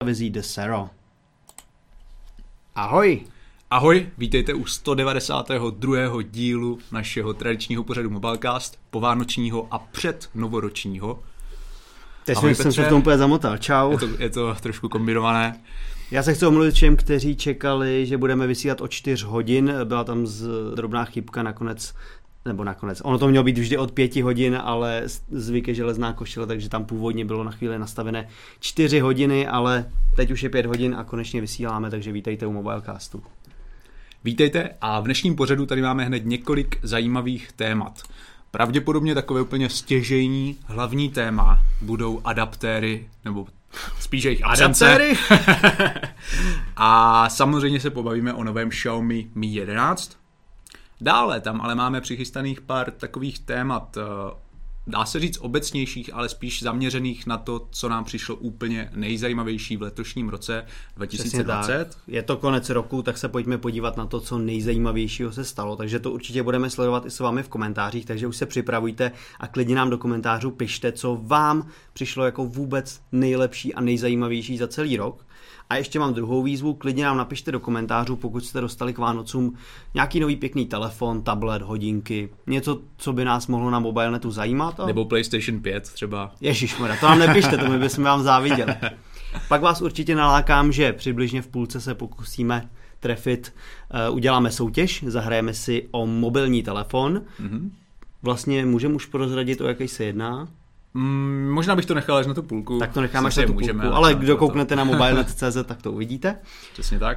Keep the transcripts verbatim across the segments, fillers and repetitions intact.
televizí Desero. Ahoj! Ahoj, vítejte u sto devadesátého druhého dílu našeho tradičního pořadu Mobilecast, povánočního a přednovoročního. Teď Ahoj, jsem se v tom úplně zamotal, čau. Je to, je to trošku kombinované. Já se chci omluvit všem, kteří čekali, že budeme vysílat o čtyři hodin, byla tam z, drobná chybka nakonec, nebo nakonec, ono to mělo být vždy od pěti hodin, ale zvyk je železná košile, takže tam původně bylo na chvíli nastavené čtyři hodiny, ale teď už je pět hodin a konečně vysíláme, takže vítejte u Mobilecastu. Vítejte a v dnešním pořadu tady máme hned několik zajímavých témat. Pravděpodobně takové úplně stěžejní hlavní téma budou adaptéry, nebo spíš jejich absence. Adaptéry? A samozřejmě se pobavíme o novém Xiaomi Mi jedenáct. Dále tam ale máme přichystaných pár takových témat, dá se říct obecnějších, ale spíš zaměřených na to, co nám přišlo úplně nejzajímavější v letošním roce dva tisíce dvacet. Je to konec roku, tak se pojďme podívat na to, co nejzajímavějšího se stalo. Takže to určitě budeme sledovat i s vámi v komentářích, takže už se připravujte a klidně nám do komentářů pište, co vám přišlo jako vůbec nejlepší a nejzajímavější za celý rok. A ještě mám druhou výzvu, klidně nám napište do komentářů, pokud jste dostali k Vánocům nějaký nový pěkný telefon, tablet, hodinky, něco, co by nás mohlo na Mobilenetu zajímat. A... Nebo PlayStation pět třeba. Ježišmarja, to nám nepište, to my bychom vám záviděli. Pak vás určitě nalákám, že přibližně v půlce se pokusíme trefit, uh, uděláme soutěž, zahrajeme si o mobilní telefon. Mm-hmm. Vlastně můžeme už prozradit, o jaký se jedná. Mm, možná bych to nechal až na tu půlku. Tak to necháme až na tu můžeme, půlku, ale kdo kouknete na mobilenet tečka cé zet, tak to uvidíte. Přesně tak.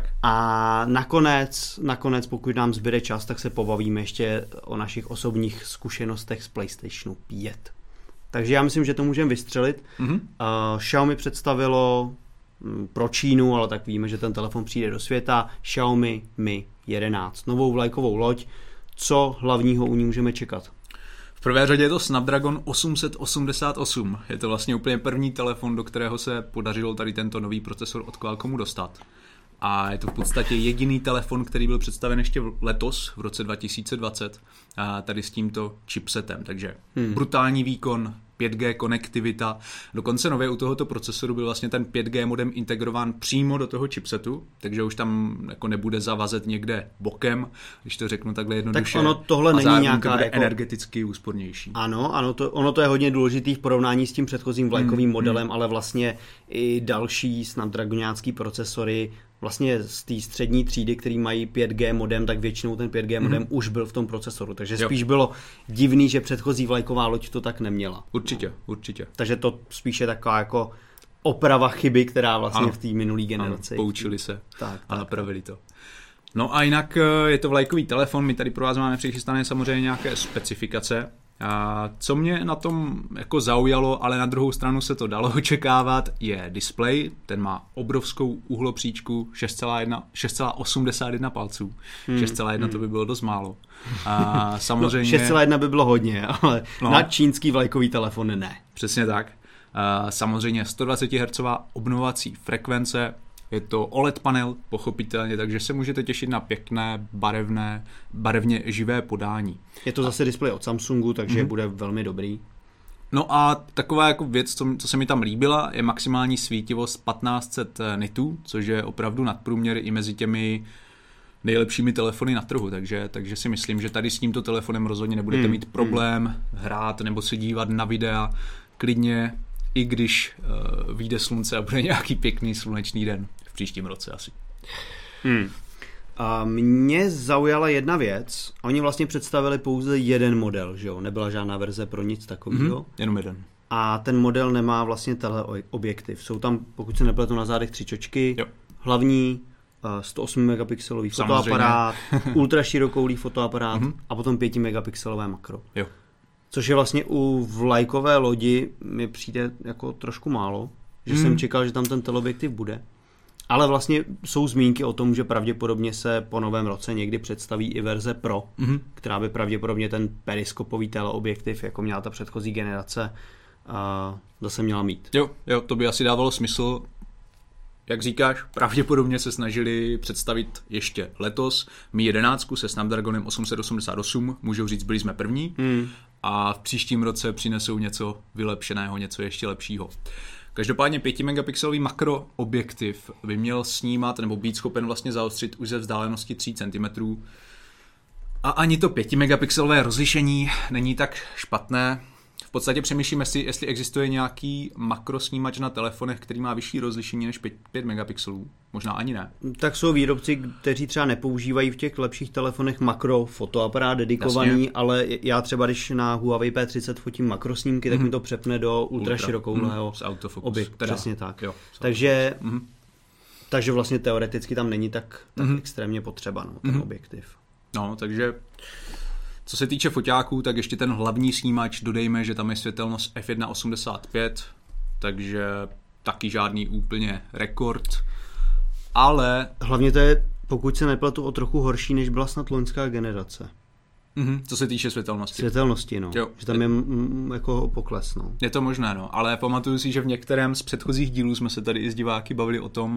A nakonec, nakonec, pokud nám zbyde čas, tak se pobavíme ještě o našich osobních zkušenostech z PlayStationu pět. Takže já myslím, že to můžeme vystřelit. Mm-hmm. Uh, Xiaomi představilo um, pro Čínu, ale tak víme, že ten telefon přijde do světa, Xiaomi Mi jedenáct. Novou vlajkovou loď. Co hlavního u ní můžeme čekat? V prvé řadě je to Snapdragon osm set osmdesát osm. Je to vlastně úplně první telefon, do kterého se podařilo tady tento nový procesor od Qualcommu dostat. A je to v podstatě jediný telefon, který byl představen ještě letos, v roce dva tisíce dvacet, a tady s tímto chipsetem. Takže hmm. brutální výkon, pět G konektivita. Dokonce nově u tohoto procesoru byl vlastně ten pět G modem integrován přímo do toho chipsetu, takže už tam jako nebude zavazet někde bokem, když to řeknu takhle jednoduše. Tak ono tohle a není nějaká to bude jako... energeticky úspornější. Ano, ano, to, ono to je hodně důležitý v porovnání s tím předchozím vlajkovým hmm. modelem, hmm. ale vlastně i další snapdragoniácký procesory vlastně z té střední třídy, který mají pět G modem, tak většinou ten pět G modem mm. už byl v tom procesoru. Takže spíš jo. bylo divný, že předchozí vlajková loď to tak neměla. Určitě, určitě. Takže to spíš je taková jako oprava chyby, která vlastně ano. v té minulé generaci. Ano, poučili se tak, a napravili to. No a jinak je to vlajkový telefon, my tady pro vás máme přichystané samozřejmě nějaké specifikace. A co mě na tom jako zaujalo, ale na druhou stranu se to dalo očekávat, je displej. Ten má obrovskou uhlopříčku šest celá osmdesát jedna palců. Hmm. šest celá jedna to by bylo dost málo. A samozřejmě... No, šest celá jedna by bylo hodně, ale no. na čínský vlajkový telefon ne. Přesně tak. A samozřejmě sto dvacet hertzů obnovovací frekvence. Je to O L E D panel, pochopitelně, takže se můžete těšit na pěkné, barevné, barevně živé podání. Je to zase displej od Samsungu, takže mm-hmm. bude velmi dobrý. No a taková jako věc, co, co se mi tam líbila, je maximální svítivost patnáct set nitů, což je opravdu nadprůměr i mezi těmi nejlepšími telefony na trhu, takže, takže si myslím, že tady s tímto telefonem rozhodně nebudete mm. mít problém mm. hrát nebo se dívat na videa klidně, i když uh, vyjde slunce a bude nějaký pěkný slunečný den v příštím roce asi. Hmm. A mě zaujala jedna věc. Oni vlastně představili pouze jeden model, že jo? Nebyla žádná verze pro nic takového. Mm-hmm. Jenom jeden. A ten model nemá vlastně teleobjektiv. Jsou tam, pokud se nepletu, na zádech tři čočky. Jo. Hlavní uh, sto osm megapixelový fotoaparát, ultra širokoulý fotoaparát mm-hmm. a potom pět megapixelové makro. Jo. Což je vlastně u vlajkové lodi mi přijde jako trošku málo, že mm. jsem čekal, že tam ten teleobjektiv bude. Ale vlastně jsou zmínky o tom, že pravděpodobně se po novém roce někdy představí i verze Pro, mm. která by pravděpodobně ten periskopový teleobjektiv, jako měla ta předchozí generace, uh, zase měla mít. Jo, jo, to by asi dávalo smysl. Jak říkáš, pravděpodobně se snažili představit ještě letos Mi jedenáct se Snapdragonem osm set osmdesát osm, můžou říct, byli jsme první, mm. a v příštím roce přinesou něco vylepšeného, něco ještě lepšího. Každopádně pětimegapixelový makroobjektiv by měl snímat nebo být schopen vlastně zaostřit už ze vzdálenosti tři centimetry. A ani to pětimegapixelové rozlišení není tak špatné. V podstatě přemýšlíme si, jestli existuje nějaký makrosnímač na telefonech, který má vyšší rozlišení než pět megapixelů. Možná ani ne. Tak jsou výrobci, kteří třeba nepoužívají v těch lepších telefonech makro fotoaparát dedikovaný, Jasně. ale já třeba, když na Huawei P třicet fotím makrosnímky, tak mm. mi to přepne do ultraširokouhlého mm. objektu. Přesně tak. Jo, takže, mm. takže vlastně teoreticky tam není tak, tak mm. extrémně potřeba no, ten mm. objektiv. No, takže co se týče foťáků, tak ještě ten hlavní snímač dodejme, že tam je světelnost ef jedna osmdesát pět, takže taky žádný úplně rekord, ale... Hlavně to je, pokud se nepletu, o trochu horší, než byla snad loňská generace. Mm-hmm, co se týče světelnosti. Světelnosti, no. Jo. Že tam je m- jako pokles, no. Je to možné, no, ale pamatuju si, že v některém z předchozích dílů jsme se tady i s diváky bavili o tom,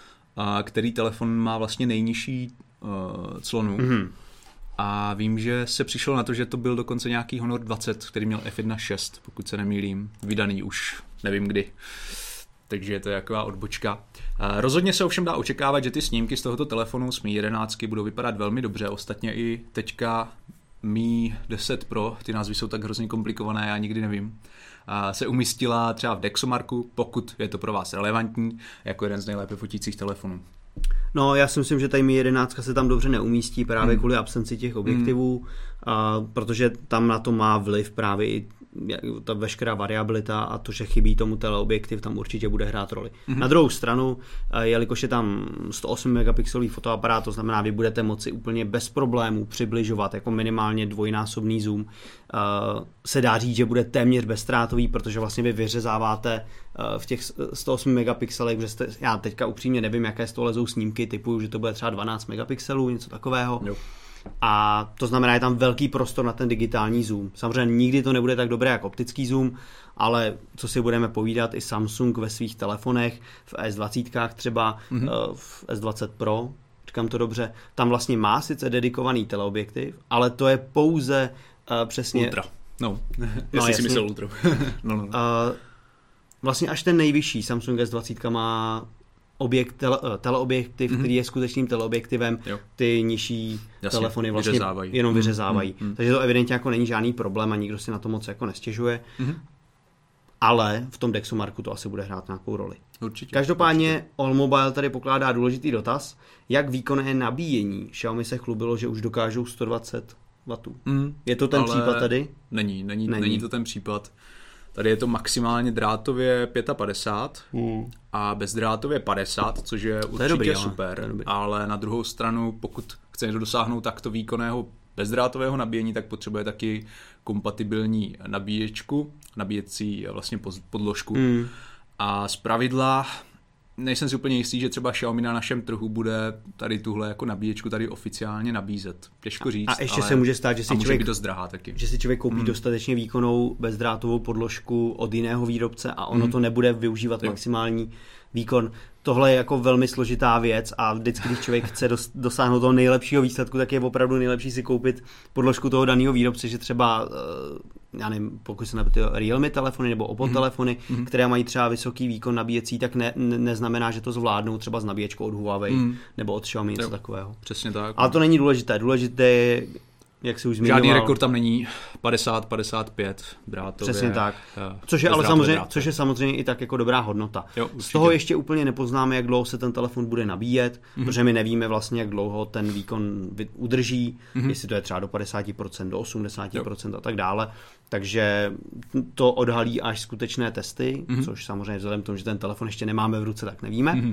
a který telefon má vlastně nejnižší uh, clonu. Mm-hmm. A vím, že se přišlo na to, že to byl dokonce nějaký Honor dvacet, který měl ef jedna šest, pokud se nemýlím, vydaný už nevím kdy. Takže je to taková odbočka. Rozhodně se ovšem dá očekávat, že ty snímky z tohoto telefonu s Mi jedenáct budou vypadat velmi dobře. Ostatně i teďka Mi deset Pro, ty názvy jsou tak hrozně komplikované, já nikdy nevím, se umístila třeba v Dexomarku, pokud je to pro vás relevantní, jako jeden z nejlépe fotících telefonů. No, já si myslím, že tady Mi jedenáct se tam dobře neumístí právě hmm. kvůli absenci těch objektivů, hmm. a, protože tam na to má vliv právě i ta veškerá variabilita a to, že chybí tomu teleobjektiv, tam určitě bude hrát roli. Hmm. Na druhou stranu, jelikož je tam sto osm megapixelový fotoaparát, to znamená, vy budete moci úplně bez problémů přibližovat jako minimálně dvojnásobný zoom, se dá říct, že bude téměř bezztrátový, protože vlastně vy vyřezáváte v těch sto osm megapixelech, že jste, já teďka upřímně nevím, jaké z toho lezou snímky, typuju, že to bude třeba dvanáct megapixelů, něco takového. Jo. A to znamená, je tam velký prostor na ten digitální zoom. Samozřejmě nikdy to nebude tak dobré jako optický zoom, ale co si budeme povídat, i Samsung ve svých telefonech, v S dvacet třeba, mm-hmm. v S dvacet Pro, říkám to dobře, tam vlastně má sice dedikovaný teleobjektiv, ale to je pouze uh, přesně... Ultra. No, no si myslel ultra. no, no, no. Uh, vlastně až ten nejvyšší Samsung S dvacet má objekt, tele, teleobjektiv, mm-hmm. který je skutečným teleobjektivem, jo. Ty nižší Jasně, telefony vlastně vyřezávají. jenom vyřezávají. Mm-hmm. Takže to evidentně jako není žádný problém a nikdo si na to moc jako nestěžuje. Mm-hmm. Ale v tom Dexomarku to asi bude hrát nějakou roli. Určitě. Každopádně určitě. Allmobile tady pokládá důležitý dotaz, jak výkonné nabíjení. Xiaomi se chlubilo, že už dokážou sto dvacet wattů. Mm, je to ten případ tady? Není, není, není. není to ten případ. Tady je to maximálně drátově padesát pět mm. a bezdrátově padesát, což je určitě je dobrý, super, ale, ale na druhou stranu, pokud chce někdo dosáhnout takto výkonného bezdrátového nabíjení, tak potřebuje taky kompatibilní nabíječku, nabíjecí vlastně podložku. Mm. A zpravidla nejsem si úplně jistý, že třeba Xiaomi na našem trhu bude tady tuhle jako nabíječku tady oficiálně nabízet. Těžko říct. A ještě ale se může stát, že si člověk, dost drahá taky. Že si člověk koupí hmm. dostatečně výkonnou bezdrátovou podložku od jiného výrobce a ono hmm. to nebude využívat jo. maximální výkon. Tohle je jako velmi složitá věc a vždycky, když člověk chce dosáhnout toho nejlepšího výsledku, tak je opravdu nejlepší si koupit podložku toho daného výrobce, že třeba, já nevím, pokud se například Realme telefony nebo Oppo mm-hmm. telefony, mm-hmm. které mají třeba vysoký výkon nabíjecí, tak ne, ne, neznamená, že to zvládnou třeba s nabíječkou od Huawei mm. nebo od Xiaomi, něco jo, takového. Přesně tak. Ale to není důležité. Důležité je, jak si už zmiňoval. Žádný rekord tam není, padesát padesát pět drátově. Přesně tak. Což je ale samozřejmě, což je samozřejmě i tak jako dobrá hodnota. Jo, z toho ještě úplně nepoznáme, jak dlouho se ten telefon bude nabíjet, mm-hmm. protože my nevíme vlastně, jak dlouho ten výkon udrží, mm-hmm. jestli to je třeba do padesát procent, do osmdesát procent jo. a tak dále. Takže to odhalí až skutečné testy, mm-hmm. což samozřejmě vzhledem k tomu, že ten telefon ještě nemáme v ruce, tak nevíme. Mm-hmm.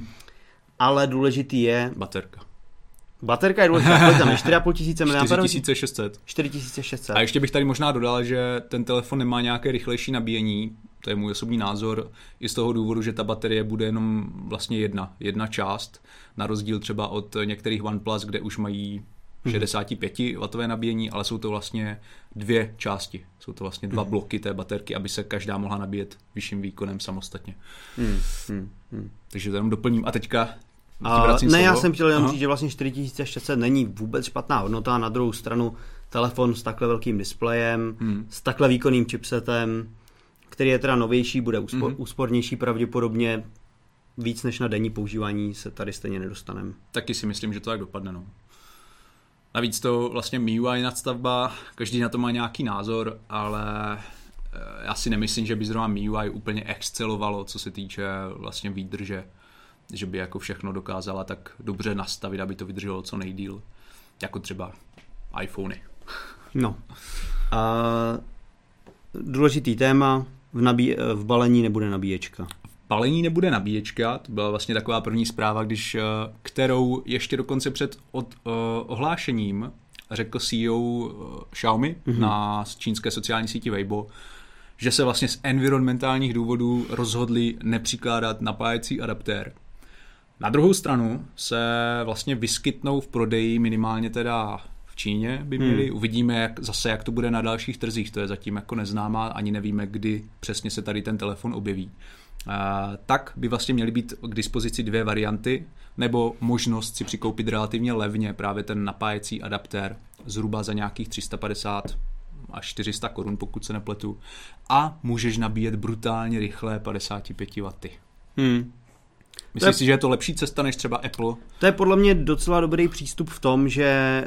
Ale důležitý je baterka. Baterka je důležitá, kolik tam je? čtyři a půl tisíce miliampérů? čtyři tisíce šest set. čtyři tisíce šest set. A ještě bych tady možná dodal, že ten telefon nemá nějaké rychlejší nabíjení, to je můj osobní názor, i z toho důvodu, že ta baterie bude jenom vlastně jedna, jedna část, na rozdíl třeba od některých OnePlus, kde už mají šedesát pět wattové nabíjení, ale jsou to vlastně dvě části. Jsou to vlastně dva bloky té baterky, aby se každá mohla nabíjet vyšším výkonem samostatně. Hmm. Hmm. Hmm. Takže to jenom doplním. A teďka A ne, slovo. Já jsem chtěl jenom říct, že vlastně čtyři tisíce šest set není vůbec špatná hodnota, na druhou stranu telefon s takhle velkým displejem, hmm. s takhle výkonným chipsetem, který je teda novější, bude úspor, mm-hmm. úspornější pravděpodobně, víc než na denní používání se tady stejně nedostaneme. Taky si myslím, že to tak dopadne. No. Navíc to vlastně M I U I nadstavba, každý na to má nějaký názor, ale já si nemyslím, že by zrovna M I U I úplně excelovalo, co se týče vlastně výdrže, že by jako všechno dokázala tak dobře nastavit, aby to vydrželo co nejdýl, jako třeba iPhony. No. A důležitý téma, v, nabí- v balení nebude nabíječka. V balení nebude nabíječka, to byla vlastně taková první zpráva, když, kterou ještě dokonce před od, uh, ohlášením řekl C E O uh, Xiaomi mm-hmm. na čínské sociální síti Weibo, že se vlastně z environmentálních důvodů rozhodli nepřikládat napájecí adaptér. Na druhou stranu se vlastně vyskytnou v prodeji minimálně teda v Číně by měli. Hmm. Uvidíme jak, zase, jak to bude na dalších trzích. To je zatím jako neznámá, ani nevíme, kdy přesně se tady ten telefon objeví. Uh, tak by vlastně měly být k dispozici dvě varianty, nebo možnost si přikoupit relativně levně právě ten napájecí adaptér, zhruba za nějakých tři sta padesát až čtyři sta korun, pokud se nepletu. A můžeš nabíjet brutálně rychle padesát pět wattů. Hmm. Myslíš je, si, že je to lepší cesta než třeba Apple? To je podle mě docela dobrý přístup v tom, že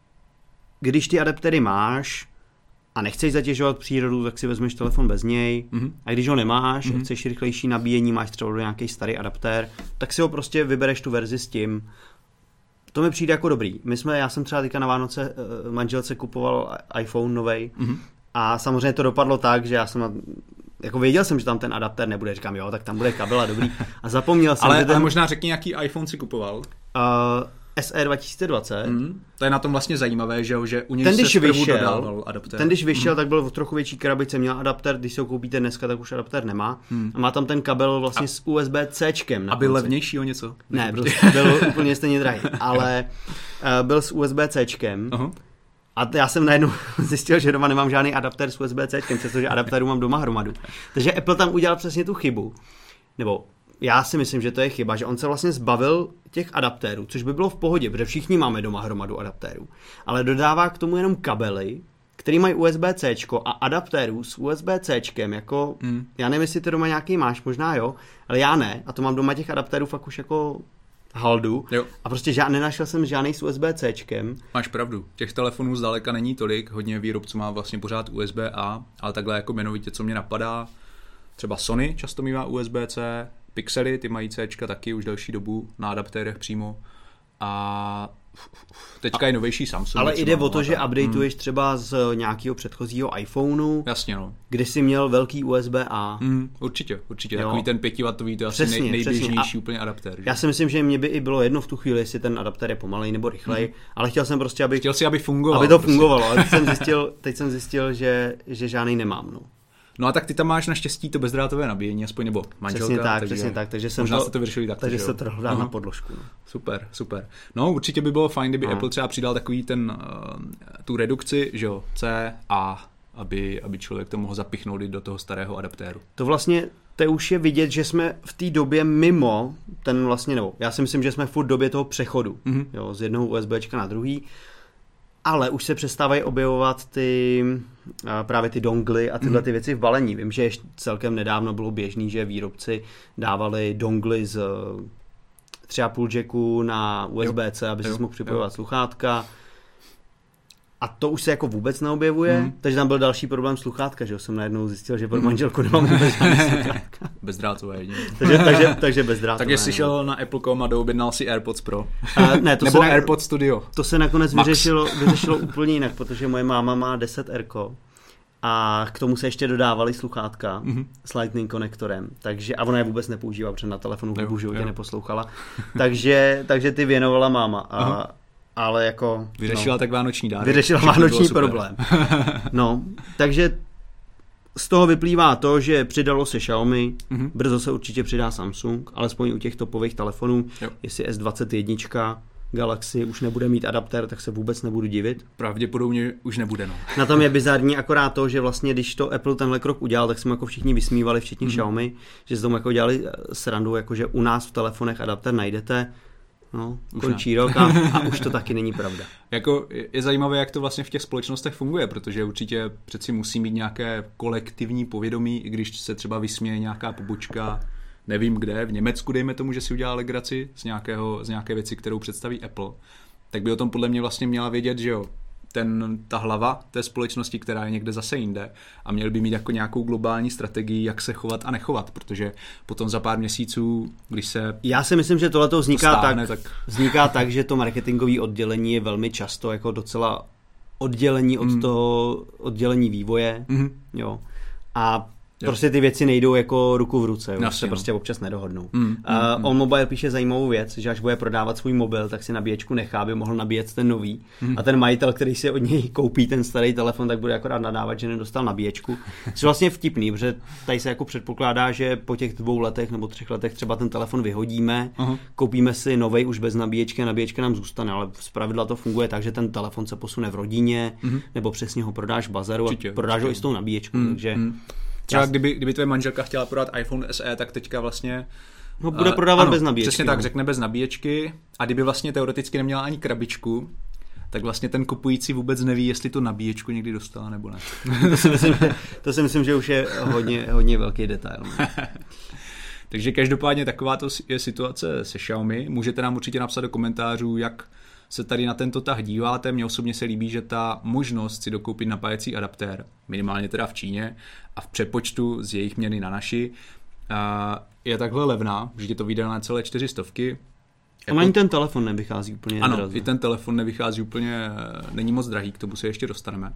když ty adaptéry máš a nechceš zatěžovat přírodu, tak si vezmeš telefon bez něj. Mm-hmm. A když ho nemáš mm-hmm. a chceš rychlejší nabíjení, máš třeba nějaký starý adaptér, tak si ho prostě vybereš tu verzi s tím. To mi přijde jako dobrý. My jsme, já jsem třeba teďka na Vánoce manželce kupoval iPhone novej mm-hmm. a samozřejmě to dopadlo tak, že já jsem na, jako věděl jsem, že tam ten adaptér nebude, říkám jo, tak tam bude kabel a dobrý. A zapomněl jsem, ale, že ten... ale možná řekni, jaký iPhone si kupoval. Uh, S E dva tisíce dvacet. Mm, to je na tom vlastně zajímavé, že, že u něj ten, se zprvu vyšel, dodával adaptér. Ten, když vyšel, mm. tak byl v trochu větší krabice, měl adaptér, když si ho koupíte dneska, tak už adaptér nemá. Mm. A má tam ten kabel vlastně a, s U S B C-čkem. A byl levnější o něco? Ne, byl, byl úplně stejně drahý, ale uh, byl s U S B C-čkem. Uh-huh. A já jsem najednou zjistil, že doma nemám žádný adaptér s U S B C-čkem, přestože adaptéru mám doma hromadu. Takže Apple tam udělal přesně tu chybu. Nebo já si myslím, že to je chyba, že on se vlastně zbavil těch adaptérů, což by bylo v pohodě, protože všichni máme doma hromadu adaptérů. Ale dodává k tomu jenom kabely, který mají U S B C a adaptérů s U S B C-čkem, jako, mm. já nevím, jestli ty doma nějaký máš, možná jo, ale já ne. A to mám doma těch adaptérů fakt už jako haldu. Jo. A prostě žád, nenašel jsem žádný s U S B C-čkem. Máš pravdu. Těch telefonů zdaleka není tolik, hodně výrobců má vlastně pořád U S B A, ale takhle jako jmenovitě, co mě napadá, třeba Sony často mívá U S B C, Pixely, ty mají Cčka taky už delší dobu na adaptérech přímo. A teďka a, je novější Samsung. Ale jde o to, že updateuješ hmm. třeba z nějakého předchozího iPhoneu. Jasně, no. Kdy jsi měl velký U S B A. Hmm, určitě, určitě. Jo. Takový ten pětiwatový, to je asi nej, nejběžnější úplně adaptér. Že? Já si myslím, že mě by i bylo jedno v tu chvíli, jestli ten adaptér je pomalej nebo rychlej, hmm. ale chtěl jsem prostě, aby... Chtěl si, aby fungovalo. Aby to prostě fungovalo, ale teď jsem zjistil, teď jsem zjistil že, že žádný nemám, no. No a tak ty tam máš naštěstí to bezdrátové nabíjení, aspoň nebo manželka. Přesně tak, takže přesně tak, takže jsem možná to, se to vyřešili tak. Takže se to dá na podložku. No. Super, super. No určitě by bylo fajn, kdyby Aha. Apple třeba přidal takový ten, uh, tu redukci, že jo, C, A, aby, aby člověk to mohl zapichnout do toho starého adaptéru. To vlastně, to už je vidět, že jsme v té době mimo ten vlastně, nebo já si myslím, že jsme furt v době toho přechodu, mm-hmm. jo, z jednoho USBčka na druhý. Ale už se přestávají objevovat ty právě ty dongly a tyhle ty věci v balení. Vím, že ještě celkem nedávno bylo běžný, že výrobci dávali dongly z tři a půl jacku na U S B C, aby si mohl připojovat sluchátka. A to už se jako vůbec neobjevuje, hmm. takže tam byl další problém sluchátka, že jsem najednou zjistil, že pro manželku nemám vůbec žádný sluchátka. Bezdrátové jedině. takže, takže, takže bezdrátové. Tak jestli šel na Apple tečka com a doobjednal si AirPods Pro. Uh, ne, to Nebo se, AirPods Studio. To se nakonec vyřešilo, vyřešilo úplně jinak, protože moje máma má deset R a k tomu se ještě dodávaly sluchátka mm-hmm. s Lightning konektorem, takže, a ona je vůbec nepoužívá, protože na telefonu v hůbu životě neposlouchala. takže, takže ty věnovala máma. A uh-huh. Ale jako... Vyřešila no, tak vánoční dárek. Vyřešila vánoční problém. No, takže z toho vyplývá to, že přidalo se Xiaomi, mm-hmm. brzo se určitě přidá Samsung, alespoň u těch topových telefonů, jo. Jestli S dvacet jedna Galaxy už nebude mít adaptér, tak se vůbec nebudu divit. Pravděpodobně už nebude, no. Na tom je bizarní akorát to, že vlastně když to Apple tenhle krok udělal, tak jsme jako všichni vysmívali, včetně mm-hmm. Xiaomi, že se tomu jako dělali srandu, jako že u nás v telefonech adaptér najdete. No, končí ne. rok a, a už to taky není pravda. Jako je, je zajímavé, jak to vlastně v těch společnostech funguje, protože určitě přeci musí mít nějaké kolektivní povědomí, i když se třeba vysměje nějaká pobočka, nevím kde, v Německu dejme tomu, že si udělá legraci z, nějakého, z nějaké věci, kterou představí Apple, tak by o tom podle mě vlastně měla vědět, že jo, ten, ta hlava té společnosti, která je někde zase jinde a měl by mít jako nějakou globální strategii, jak se chovat a nechovat, protože potom za pár měsíců, když se Já si myslím, že tohleto vzniká, to stáhne, tak, tak... vzniká tak, že to marketingové oddělení je velmi často jako docela oddělení od mm. toho oddělení vývoje, mm. jo, a Jo. Prostě ty věci nejdou jako ruku v ruce, jo, se prostě občas nedohodnou. Mm, mm, uh, On Mobile píše zajímavou věc, že až bude prodávat svůj mobil, tak si nabíječku nechá, aby mohl nabíjet ten nový. Mm. A ten majitel, který si od něj koupí ten starý telefon, tak bude akorát nadávat, že nedostal nabíječku. Což vlastně vtipný, protože tady se jako předpokládá, že po těch dvou letech nebo třech letech třeba ten telefon vyhodíme, uh-huh. koupíme si novej už bez nabíječky a nabíječka nám zůstane, ale zpravidla to funguje tak, že ten telefon se posune v rodině, uh-huh. nebo přesně ho prodáš v bazaru určitě, a prodáš určitě. ho i s tou nabíječkou, mm, takže mm. Třeba já... kdyby, kdyby tvoje manželka chtěla prodat iPhone S E, tak teďka vlastně... No, bude prodávat uh, ano, bez nabíječky. Přesně no. tak, řekne bez nabíječky a kdyby vlastně teoreticky neměla ani krabičku, tak vlastně ten kupující vůbec neví, jestli tu nabíječku někdy dostala nebo ne. to, si myslím, to si myslím, že už je hodně, hodně velký detail. Takže každopádně taková to je situace se Xiaomi. Můžete nám určitě napsat do komentářů, jak se tady na tento tah díváte. Mně osobně se líbí, že ta možnost si dokoupit napájecí adaptér, minimálně teda v Číně a v přepočtu z jejich měny na naši, je takhle levná, že to vyjde na celé čtyři stovky. A ani ten telefon nevychází úplně Ano, draze. i ten telefon nevychází úplně, není moc drahý, k tomu se ještě dostaneme.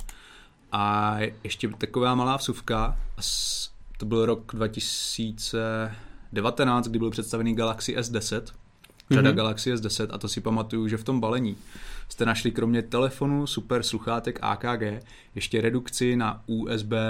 A ještě taková malá vsuvka, to byl rok dva tisíce devatenáct, kdy byl představený Galaxy S deset, řada mm-hmm. Galaxy S deset, a to si pamatuju, že v tom balení jste našli kromě telefonu, super sluchátek A K G, ještě redukci na U S B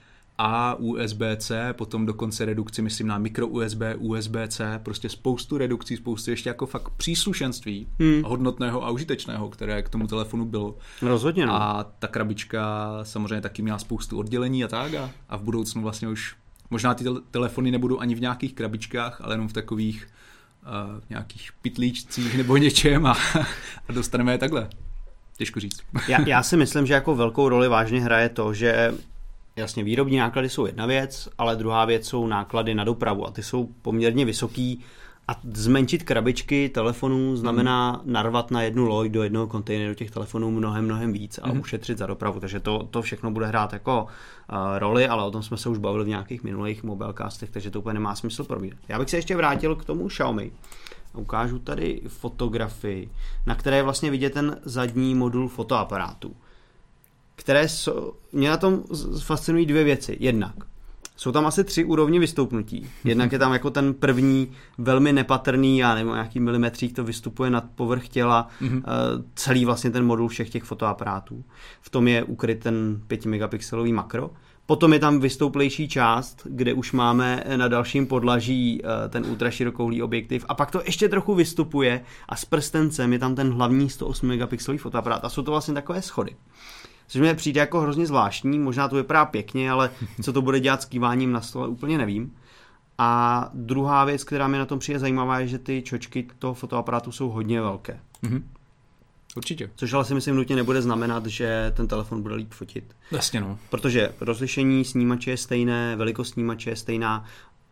A, U S B C, potom dokonce redukci, myslím, na micro U S B, U S B C, prostě spoustu redukcí, spoustu ještě jako fakt příslušenství hmm. hodnotného a užitečného, které k tomu telefonu bylo. Rozhodně, no. A ta krabička samozřejmě taky měla spoustu oddělení a tak a, a v budoucnu vlastně už možná ty telefony nebudou ani v nějakých krabičkách, ale jenom v takových uh, nějakých pytlíčcích nebo něčem a, a dostaneme je takhle. Těžko říct. Já, já si myslím, že jako velkou roli vážně hraje to, že jasně výrobní náklady jsou jedna věc, ale druhá věc jsou náklady na dopravu a ty jsou poměrně vysoký a zmenšit krabičky telefonů znamená mm. narvat na jednu loď do jednoho kontejneru těch telefonů mnohem, mnohem víc a mm. ušetřit za dopravu, takže to, to všechno bude hrát jako uh, roli, ale o tom jsme se už bavili v nějakých minulých mobilecastech, takže to úplně nemá smysl probírat. Já bych se ještě vrátil k tomu Xiaomi. Ukážu tady fotografii, na které je vlastně vidět ten zadní modul fotoaparátu, které jsou, mě na tom fascinují dvě věci. Jednak jsou tam asi tři úrovně vystoupnutí. Jednak je tam jako ten první velmi nepatrný, já nevím, nějaký milimetřík to vystupuje nad povrch těla, mm-hmm. celý vlastně ten modul všech těch fotoaparátů. V tom je ukryt ten pěti megapixelový makro. Potom je tam vystouplejší část, kde už máme na dalším podlaží ten ultraširokouhlý objektiv a pak to ještě trochu vystupuje a s prstencem je tam ten hlavní sto osm megapixelový fotoaparát a jsou to vlastně takové schody. Což mi přijde jako hrozně zvláštní, možná to vypadá pěkně, ale co to bude dělat s kýváním na stole, úplně nevím. A druhá věc, která mi na tom přijde zajímavá, je, že ty čočky toho fotoaparátu jsou hodně velké. Mm-hmm. Určitě. Což ale si myslím nutně nebude znamenat, že ten telefon bude líp fotit. Jasně, no. Protože rozlišení snímače je stejné, velikost snímače je stejná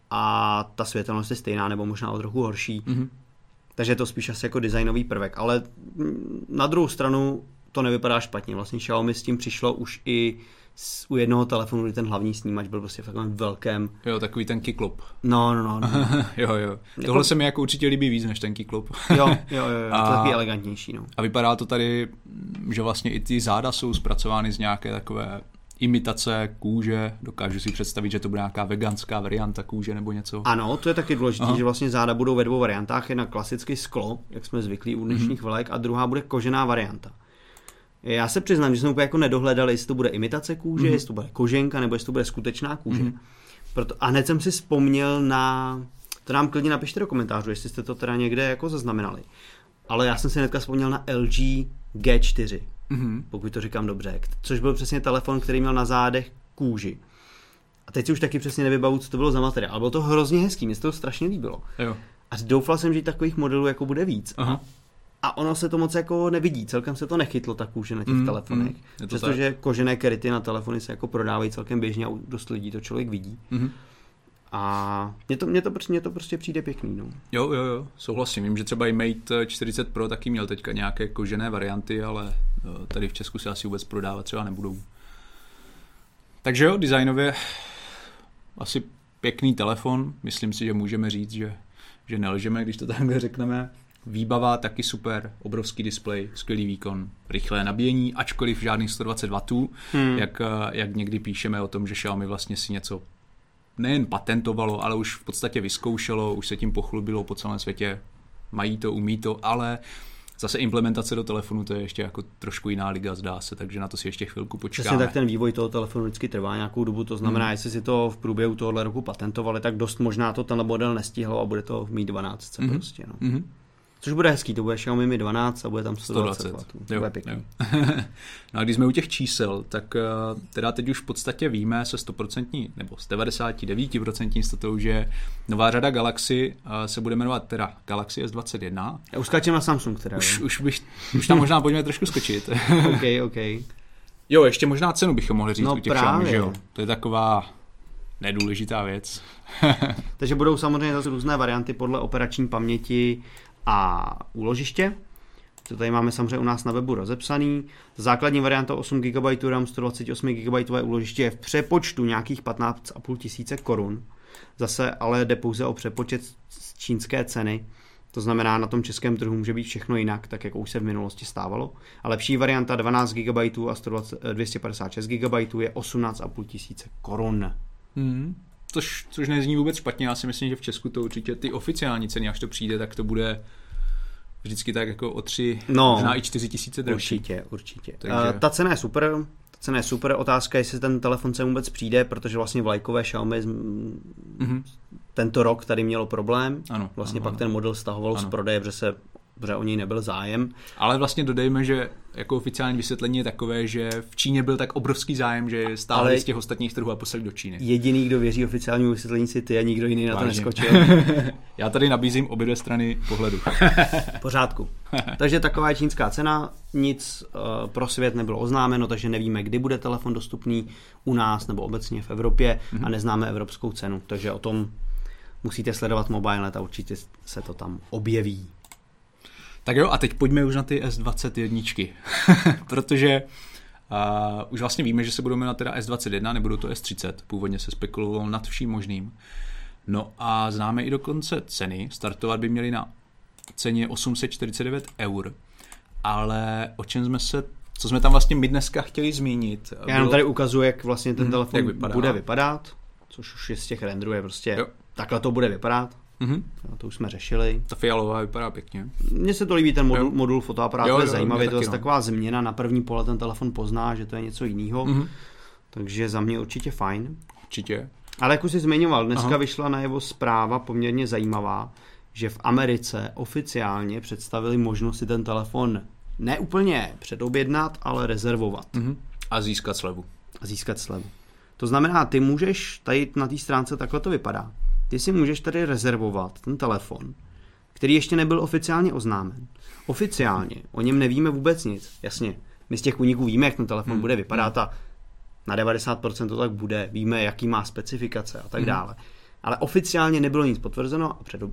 a ta světelnost je stejná, nebo možná o trochu horší. Mm-hmm. Takže je to spíš asi jako designový prvek. Ale na druhou stranu to nevypadá špatně. Vlastně Xiaomi s tím přišlo už i u jednoho telefonu, kdy ten hlavní snímač byl prostě v takovém velkém. Jo, takový ten kyklop. No, no, no. no. jo, jo. Tohle jako... se mi jako určitě líbí víc než ten kyklop. jo, jo, jo, jo. A... to je taky elegantnější. No. A vypadá to tady, že vlastně i ty záda jsou zpracovány z nějaké takové imitace kůže. Dokážu si představit, že to bude nějaká veganská varianta kůže nebo něco. Ano, to je taky důležité, Aha. že vlastně záda budou ve dvou variantách. Jedna klasicky sklo, jak jsme zvyklí u dnešních mm-hmm. velek, a druhá bude kožená varianta. Já se přiznám, že jsme úplně jako nedohledali, jestli to bude imitace kůže, mm-hmm. jestli to bude koženka, nebo jestli to bude skutečná kůže. Mm-hmm. Proto, a hned jsem si vzpomněl na... To nám klidně napište do komentářů, jestli jste to teda někde jako zaznamenali. Ale já jsem si hnedka vzpomněl na L G G čtyři, mm-hmm. pokud to říkám dobře, což byl přesně telefon, který měl na zádech kůži. A teď si už taky přesně nevybavu, co to bylo za materiál. Ale bylo to hrozně hezký, mně se to strašně líbilo. Jo. A doufal jsem, že takových modelů jako bude víc. Aha. A ono se to moc jako nevidí, celkem se to nechytlo tak už na těch mm, telefonech. Mm, Přestože kožené kryty na telefony se jako prodávají celkem běžně a dost lidí to člověk vidí. Mm. A mně to, mně, to, mně to prostě přijde pěkný. No. Jo, jo, jo, souhlasím. Vím, že třeba i Mate čtyřicet Pro taky měl teďka nějaké kožené varianty, ale tady v Česku se asi vůbec prodávat třeba nebudou. Takže jo, designově asi pěkný telefon. Myslím si, že můžeme říct, že, že nelžeme, když to takhle řekneme. Výbava taky super, obrovský displej, skvělý výkon, rychlé nabíjení, ačkoliv žádných sto dvacet wattů, hmm. jak, jak někdy píšeme o tom, že Xiaomi vlastně si něco nejen patentovalo, ale už v podstatě vyzkoušelo, už se tím pochlubilo po celém světě, mají to, umí to, ale zase implementace do telefonu, to je ještě jako trošku jiná liga, zdá se, takže na to si ještě chvilku počkáme. Přesně tak ten vývoj toho telefonu vždycky trvá nějakou dobu, to znamená, hmm. jestli si to v průběhu tohohle roku patentovali, tak dost možná to tenhle model nestihlo a bude to v Mi dvanáct hmm. prostě. No. Hmm. Což bude hezký, to bude Xiaomi Mi dvanáct a bude tam sto dvacet wattů. To bude pěkný. No a když jsme u těch čísel, tak teda teď už v podstatě víme se sto procent nebo s devadesát devět procent jistotou, že nová řada Galaxy se bude jmenovat teda Galaxy S dvacet jedna. Já uskačím na Samsung teda. Už, už, bych, už tam možná pojďme trošku skočit. OK, OK. Jo, ještě možná cenu bychom mohli říct no, u těch Xiaomi, že jo? To je taková nedůležitá věc. Takže budou samozřejmě zase různé varianty podle operační paměti a úložiště. To tady máme samozřejmě u nás na webu rozepsaný. Základní varianta osm gigabajtů RAM, sto dvacet osm gigabajtů úložiště je v přepočtu nějakých patnáct a půl tisíce korun. Zase ale jde pouze o přepočet z čínské ceny. To znamená, na tom českém trhu může být všechno jinak, tak jako už se v minulosti stávalo. A lepší varianta dvanáct gigabajtů a dvě stě padesát šest gigabajtů je osmnáct a půl tisíce korun. Hmm. Což, což nezní vůbec špatně, já si myslím, že v Česku to určitě ty oficiální ceny, až to přijde, tak to bude vždycky tak jako o tři, no, možná i čtyři tisíce dražší. Určitě, určitě. Takže... Uh, ta cena je super, ta cena je super, otázka je, jestli ten telefon sem vůbec přijde, protože vlastně vlajkové Xiaomi mm-hmm. tento rok tady mělo problém, ano, vlastně ano, pak ano. ten model stahoval ano. z prodeje, protože se protože o něj nebyl zájem. Ale vlastně dodejme, že jako oficiální vysvětlení je takové, že v Číně byl tak obrovský zájem, že stáhli z těch ostatních trhů a poslali do Číny. Jediný, kdo věří oficiálnímu vysvětlení, si ty a nikdo jiný na Vážně. to neskočil. Já tady nabízím obě dvě strany pohledu. Pořádku. Takže taková je čínská cena, nic uh, pro svět nebylo oznámeno, takže nevíme, kdy bude telefon dostupný u nás nebo obecně v Evropě mm-hmm. a neznáme evropskou cenu, takže o tom musíte sledovat Mobilenet a určitě se to tam objeví. Tak jo, a teď pojďme už na ty S dvacet jedna, protože uh, už vlastně víme, že se budou jmenovat teda S dvacet jedna, nebudou to S třicet, původně se spekulovalo nad vším možným. No a známe i dokonce ceny, startovat by měly na ceně osm set čtyřicet devět eur, ale o čem jsme se, co jsme tam vlastně my dneska chtěli zmínit. Já jenom tady ukazuji, jak vlastně ten telefon hmm, vypadá. bude vypadat, což už je z těch renderů je prostě, jo. Takhle to bude vypadat. Mm-hmm. No, to už jsme řešili. Ta fialová vypadá pěkně. Mně se to líbí, ten modul, modul fotoaparátu je zajímavý, to je no. taková změna, na první pohled ten telefon pozná, že to je něco jiného, mm-hmm. takže za mě určitě fajn. Určitě. Ale jak už jsi zmiňoval, dneska Aha. vyšla najevo zpráva poměrně zajímavá, že v Americe oficiálně představili možnost si ten telefon ne úplně předobjednat, ale rezervovat. Mm-hmm. A získat slevu. A získat slevu. To znamená, ty můžeš, tady na té stránce takhle to vypadá, ty si můžeš tady rezervovat ten telefon, který ještě nebyl oficiálně oznámen. Oficiálně, o něm nevíme vůbec nic. Jasně, my z těch úniků víme, jak ten telefon hmm. bude vypadat a na devadesát procent to tak bude. Víme, jaký má specifikace a tak hmm. dále. Ale oficiálně nebylo nic potvrzeno a, před,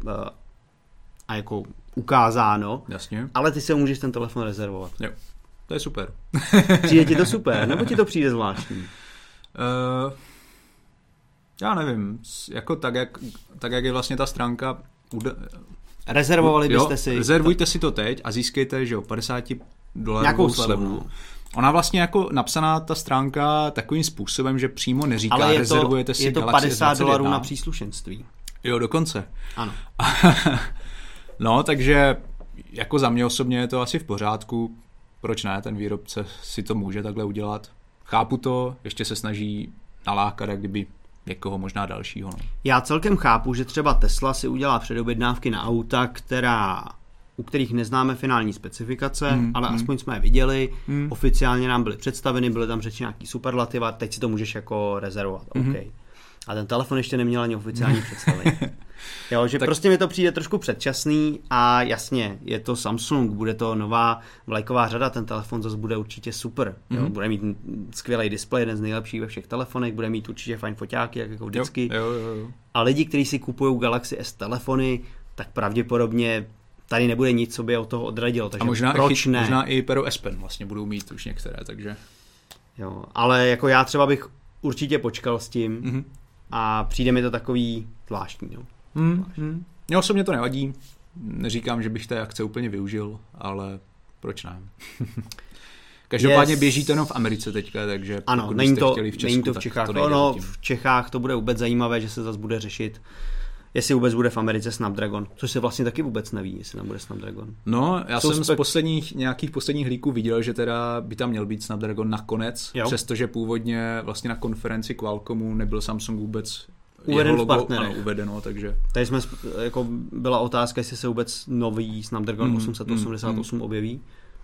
a jako ukázáno. Jasně. Ale ty se můžeš ten telefon rezervovat. Jo, to je super. Přijde ti to super, nebo ti to přijde zvláštní? Uh... Já nevím, jako tak jak, tak, jak je vlastně ta stránka... Uda... Rezervovali byste jo, si... Rezervujte si to teď a získejte, že jo, padesát dolarů nějakou slevu. Ona vlastně jako napsaná ta stránka takovým způsobem, že přímo neříká, ale je to, rezervujete si je to padesát dolarů na příslušenství. Jo, dokonce. Ano. No, takže jako za mě osobně je to asi v pořádku. Proč ne, ten výrobce si to může takhle udělat. Chápu to, ještě se snaží nalákat, jak kdyby někoho možná dalšího. No. Já celkem chápu, že třeba Tesla si udělá předobjednávky na auta, která, u kterých neznáme finální specifikace, mm, ale mm. aspoň jsme je viděli, mm. oficiálně nám byly představeny, byly tam řeči nějaký superlativa, teď si to můžeš jako rezervovat. Mm. Okay. A ten telefon ještě neměl ani oficiální představení. Jo, že tak... prostě mi to přijde trošku předčasný a jasně, je to Samsung, bude to nová vlajková řada, ten telefon zase bude určitě super. Jo, mm-hmm. Bude mít skvělý displej, jeden z nejlepších ve všech telefonech, bude mít určitě fajn foťáky, jak jako vždycky. Jo, jo, jo. A lidi, kteří si kupují Galaxy S telefony, tak pravděpodobně tady nebude nic, co by od toho odradilo. Takže a možná proč i, ne? Možná i Pero S Pen vlastně budou mít už některé, takže... Jo, ale jako já třeba bych určitě počkal s tím mm-hmm. a přijde mi to takový zvláštní. Jo. Mm, mm. Mně osobně to nevadí. Neříkám, že bych té akce úplně využil, ale proč ne? Každopádně yes. běží to jenom v Americe teďka, takže ano, pokud není byste to, chtěli v Česku, není to v Čechách. To no, v Čechách to bude vůbec zajímavé, že se zase bude řešit, jestli vůbec bude v Americe Snapdragon, což se vlastně taky vůbec neví, jestli tam bude Snapdragon. No, já Jsou jsem spek- z posledních, nějakých posledních líků viděl, že teda by tam měl být Snapdragon nakonec, jo. Přestože původně vlastně na konferenci Qualcommu nebyl Samsung vůbec uveden jeho logo, v partnerech. Ano, uvedeno, takže... Tady jsme, jako byla otázka, jestli se vůbec nový Snapdragon mm, osm set osmdesát osm mm. objeví.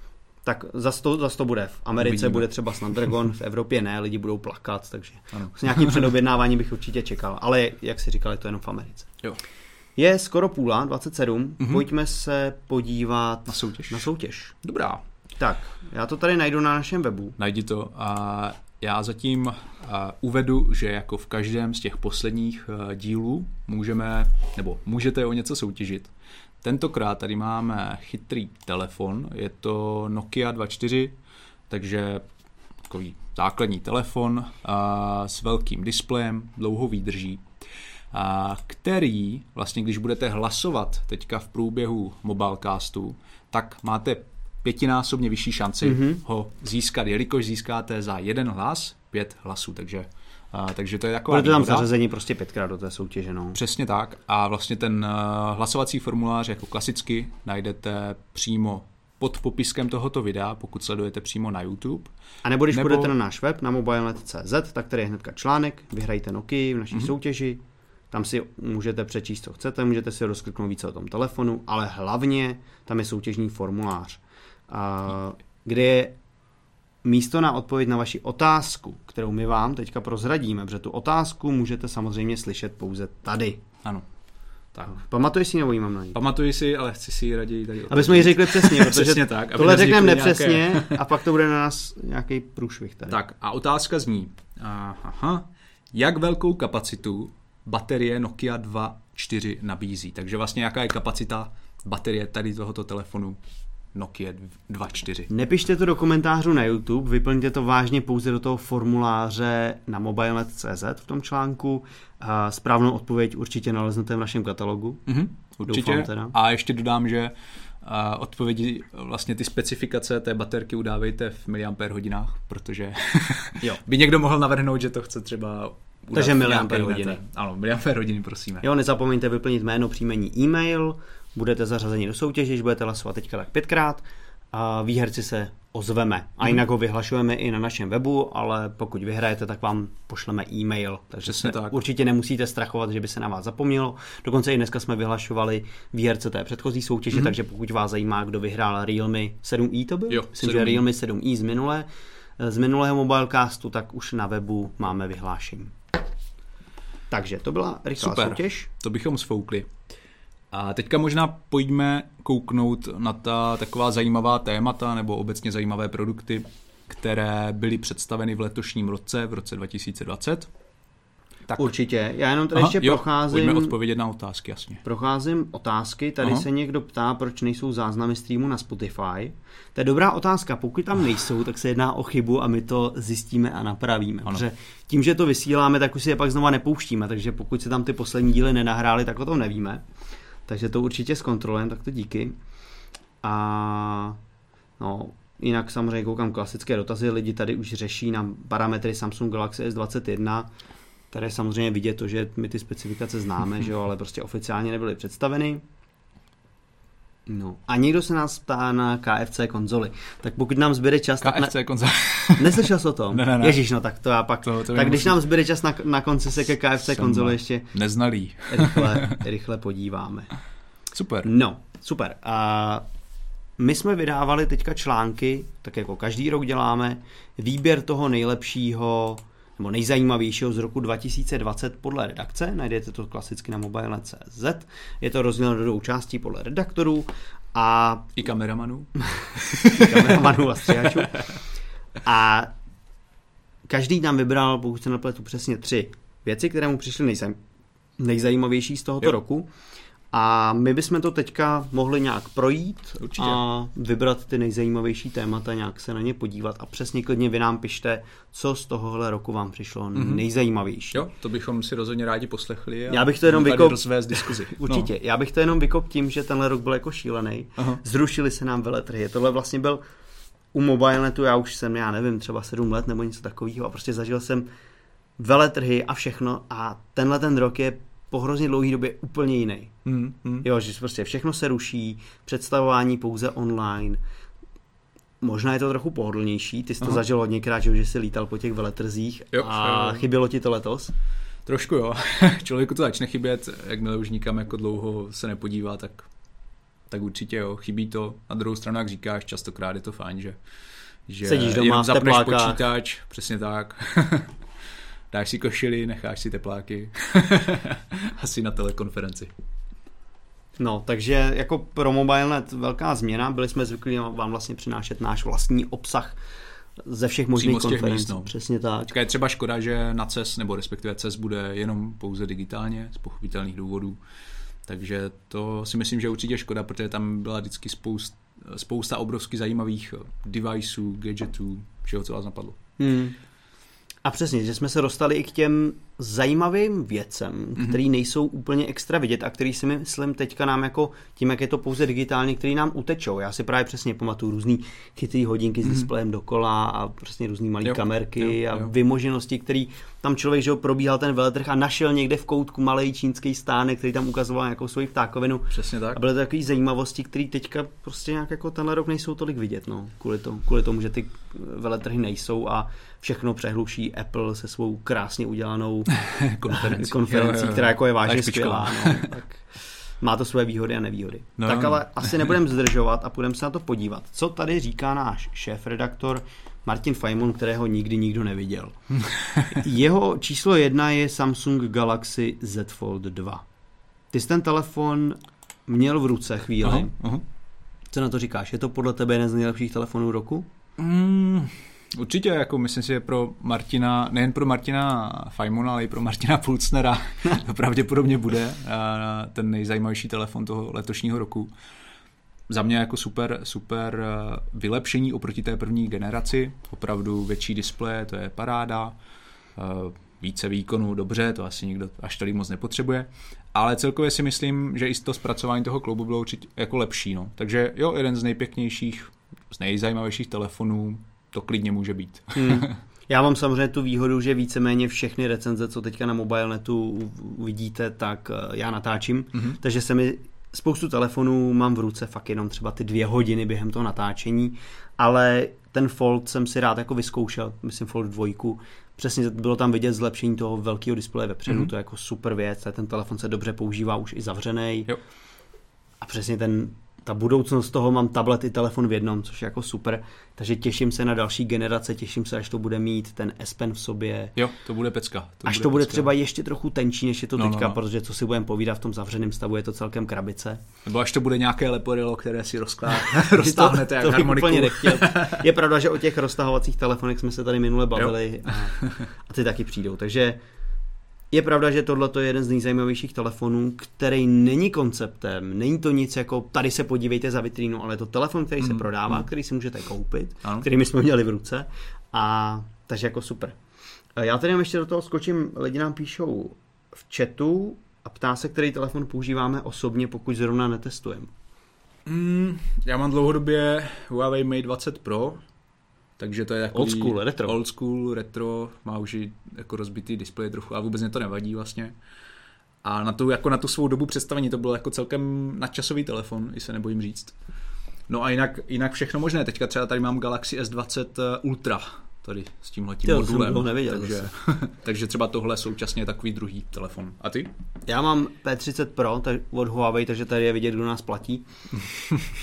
Tak zas to, zas to bude. V Americe Uvidíme. Bude třeba Snapdragon, v Evropě ne, lidi budou plakat, takže ano. S nějakým předobjednávání bych určitě čekal. Ale jak si říkal, je to jenom v Americe. Jo. Je skoro půla, dvacet sedm, mm-hmm. Pojďme se podívat na soutěž. na soutěž. Dobrá. Tak, já to tady najdu na našem webu. Najdi to a já zatím uh, uvedu, že jako v každém z těch posledních uh, dílů můžeme, nebo můžete o něco soutěžit. Tentokrát tady máme chytrý telefon, je to Nokia dvacet čtyři, takže takový základní telefon uh, s velkým displejem, dlouhou výdrží, uh, který vlastně, když budete hlasovat teďka v průběhu Mobilecastu, tak máte pětinásobně vyšší šanci mm-hmm. ho získat, jelikož získáte za jeden hlas pět hlasů, takže, uh, takže to je taková Budete tam zařazení prostě pětkrát do té soutěže, no. Přesně tak a vlastně ten uh, hlasovací formulář jako klasicky najdete přímo pod popiskem tohoto videa, pokud sledujete přímo na YouTube. A nebo když nebo... půjdete na náš web, na mobilenet tečka cé zet, tak tady je hnedka článek, vyhrajte Nokii v naší mm-hmm. soutěži, tam si můžete přečíst, co chcete, můžete si rozkliknout více o tom telefonu, ale hlavně tam je soutěžní formulář, uh, kde je místo na odpověď na vaši otázku, kterou my vám teďka prozradíme, protože tu otázku můžete samozřejmě slyšet pouze tady. Ano. Tak. Pamatuješ si, nebo ji mám najít? Pamatuji si, ale chci si ji raději tady... Aby jsme ji řekli přesně, protože přesně tak, tohle řekneme nepřesně nějaké... a pak to bude na nás nějaký průšvih tady. Tak a otázka zní, aha, jak velkou kapacitu baterie Nokia dvacet čtyři nabízí? Takže vlastně jaká je kapacita baterie tady tohoto telefonu Nokia dvacet čtyři? Nepište to do komentářů na YouTube, vyplňte to vážně pouze do toho formuláře na mobilenet tečka cé zet v tom článku. A správnou odpověď určitě naleznete v našem katalogu. Mm-hmm, určitě. A ještě dodám, že uh, odpovědi, vlastně ty specifikace té baterky udávejte v miliampér hodinách, protože jo. by někdo mohl navrhnout, že to chce třeba udat. Takže miliampér hodiny. Ano, miliampér hodiny, prosíme. Jo, nezapomeňte vyplnit jméno, příjmení, e-mail, budete zařazeni do soutěže, když budete hlasovat teďka tak pětkrát a výherci se ozveme. A jinak ho vyhlašujeme i na našem webu, ale pokud vyhrajete, tak vám pošleme e-mail. Takže se tak. Určitě nemusíte strachovat, že by se na vás zapomnělo. Dokonce i dneska jsme vyhlašovali výherce té předchozí soutěže, mm-hmm. takže pokud vás zajímá, kdo vyhrál Realme sedm i, to byl? Jo, Myslím, že Realme sedm i z minulé, z minulého Mobilecastu, tak už na webu máme vyhlášení. Takže to byla rychlá Super. soutěž. To bychom sfoukli. A teďka možná pojďme kouknout na ta taková zajímavá témata nebo obecně zajímavé produkty, které byly představeny v letošním roce, v roce dva tisíce dvacet. Tak. Určitě. Já jenom tady Aha, ještě jo, procházím... Pojďme odpovědět na otázky, jasně. Procházím otázky. Tady Aha. se někdo ptá, proč nejsou záznamy streamu na Spotify. To je dobrá otázka. Pokud tam nejsou, tak se jedná o chybu a my to zjistíme a napravíme. Protože tím, že to vysíláme, tak už si je pak znova nepouštíme. Takže pokud se tam ty poslední díly nenahrály, tak o tom nevíme. Takže to určitě zkontrolujeme, tak to díky. A no, jinak samozřejmě koukám klasické dotazy. Lidi tady už řeší na parametry Samsung Galaxy S dvacet jedna. Tady je samozřejmě vidět to, že my ty specifikace známe, že jo, ale prostě oficiálně nebyly představeny. No. A někdo se nás ptá na K F C konzoli. Tak pokud nám zbyde čas... K F C na... konzole. Neslyšel jsi o tom? Ne, ne, ne. Ježíš, no tak to já pak... To, to tak když musím... nám zbyde čas na, na konci se ke K F C konzoli ještě... Neznalý. Rychle, rychle podíváme. Super. No, super. A my jsme vydávali teďka články, tak jako každý rok děláme, výběr toho nejlepšího nebo nejzajímavějšího z roku dva tisíce dvacet podle redakce. Najdete to klasicky na mobile tečka cé zet. Je to rozděleno do dvou částí podle redaktorů a i kameramanů. I kameramanů a stříhačů. A každý tam vybral, pokud se nepletu, přesně tři věci, které mu přišly nejzaj... nejzajímavější z tohoto jo. roku. A my bychom to teďka mohli nějak projít Určitě. A vybrat ty nejzajímavější témata, nějak se na ně podívat a přesně klidně vy nám pište, co z tohohle roku vám přišlo mm-hmm. nejzajímavější. Jo, to bychom si rozhodně rádi poslechli a já bych to jenom vykop... rozvést diskuzi. Určitě, no. Já bych to jenom vykop tím, že tenhle rok byl jako šílený. Aha. Zrušili se nám veletrhy. Tohle vlastně byl u MobileNetu, já už jsem, já nevím, třeba sedm let nebo něco takového a prostě zažil jsem veletrhy a všechno a tenhle ten rok je po hrozně dlouhé době úplně jiný. Mm, mm. Jo, že prostě všechno se ruší, představování pouze online. Možná je to trochu pohodlnější, ty jsi to Aha. zažil hodněkrát, že jsi lítal po těch veletrzích jo, a jo. chybělo ti to letos? Trošku jo. Člověku to začne chybět, jakmile už nikam jako dlouho se nepodívá, tak, tak určitě jo, chybí to. Na druhou stranu, jak říkáš, častokrát je to fajn, že, že sedíš doma, zapneš počítač, přesně tak. Dáš si košili, necháš si tepláky. Asi na telekonferenci. No, takže jako pro MobileNet velká změna. Byli jsme zvyklí vám vlastně přinášet náš vlastní obsah ze všech možných konferencí. No. Přesně tak. Teďka je třeba škoda, že na C E S, nebo respektive C E S bude jenom pouze digitálně, z pochopitelných důvodů. Takže to si myslím, že je určitě škoda, protože tam byla vždycky spousta, spousta obrovsky zajímavých deviceů, gadgetů, všeho, co vás napadlo. Hmm. A přesně, že jsme se dostali i k těm zajímavým věcem, mm-hmm. který nejsou úplně extra vidět a který si myslím teďka nám jako tím, jak je to pouze digitálně, který nám utečou. Já si právě přesně pamatuju různý chytrý hodinky mm-hmm. s displejem dokola a přesně různý malý jo, kamerky jo, a jo. vymoženosti, který tam člověk, že ho probíhal ten veletrh a našel někde v koutku malej čínský stánek, který tam ukazoval nějakou svoji ptákovinu. Přesně tak. A byly to takové zajímavosti, které teďka prostě nějak jako tenhle rok nejsou tolik vidět, no, kvůli tomu, kvůli tomu, že ty veletrhy nejsou a všechno přehluší Apple se svou krásně udělanou konferencí, konferencí jo, jo, jo. která jako je vážně skvělá. No, tak má to své výhody a nevýhody. No, tak ale asi nebudeme zdržovat a půjdeme se na to podívat. Co tady říká náš šéfredaktor Martin Fajmon, kterého nikdy nikdo neviděl. Jeho číslo jedna je Samsung Galaxy Z Fold dva. Ty jsi ten telefon měl v ruce chvíli. Aha, aha. Co na to říkáš? Je to podle tebe jeden z nejlepších telefonů roku? Mm, určitě, jako myslím si, že pro Martina, nejen pro Martina Fajmona, ale i pro Martina Pulcnera to pravděpodobně bude ten nejzajímavější telefon toho letošního roku. Za mě jako super, super vylepšení oproti té první generaci. Opravdu větší displeje, to je paráda. Více výkonů, dobře, to asi nikdo až tolik moc nepotřebuje. Ale celkově si myslím, že i to zpracování toho kloubu bylo určitě jako lepší. No. Takže jo, jeden z nejpěknějších, z nejzajímavějších telefonů, to klidně může být. Hmm. Já mám samozřejmě tu výhodu, že víceméně všechny recenze, co teďka na MobileNetu vidíte, tak já natáčím. Mm-hmm. Takže se mi spoustu telefonů mám v ruce fakt jenom třeba ty dvě hodiny během toho natáčení, ale ten Fold jsem si rád jako vyzkoušel, myslím Fold dva. Přesně bylo tam vidět zlepšení toho velkého displeje vepředu, mm-hmm. to je jako super věc, ten telefon se dobře používá už i zavřenej. Jo. A přesně ten, ta budoucnost toho, mám tablet i telefon v jednom, což je jako super, takže těším se na další generace, těším se, až to bude mít ten S Pen v sobě. Jo, to bude pecka. To až bude to bude pecka. Třeba ještě trochu tenčí, než je to no, teďka, no, no. Protože co si budeme povídat v tom zavřeném stavu, je to celkem krabice. Nebo až to bude nějaké leporilo, které si roztáhnete jak harmoniku. Je pravda, že o těch roztahovacích telefonech jsme se tady minule bavili a, a ty taky přijdou, takže je pravda, že tohle je jeden z nejzajímavějších telefonů, který není konceptem, není to nic jako tady se podívejte za vitrínu, ale je to telefon, který se mm, prodává, mm. který si můžete koupit, ano. který my jsme měli v ruce, a takže jako super. Já tady ještě do toho skočím, lidi nám píšou v chatu a ptá se, který telefon používáme osobně, pokud zrovna netestujeme. Mm, já mám dlouhodobě Huawei Mate dvacet Pro, takže to je takový old school, retro. Old school, retro, má už i jako rozbitý displej trochu a vůbec mě to nevadí vlastně. A na tu, jako na tu svou dobu představení to byl jako celkem nadčasový telefon, i se nebojím říct. No a jinak, jinak všechno možné. Teďka třeba tady mám Galaxy S dvacet Ultra, tady s tímhletím modulem. Neviděl, takže, takže třeba tohle současně je takový druhý telefon. A ty? Já mám P třicet Pro od Huawei, takže tady je vidět, kdo nás platí.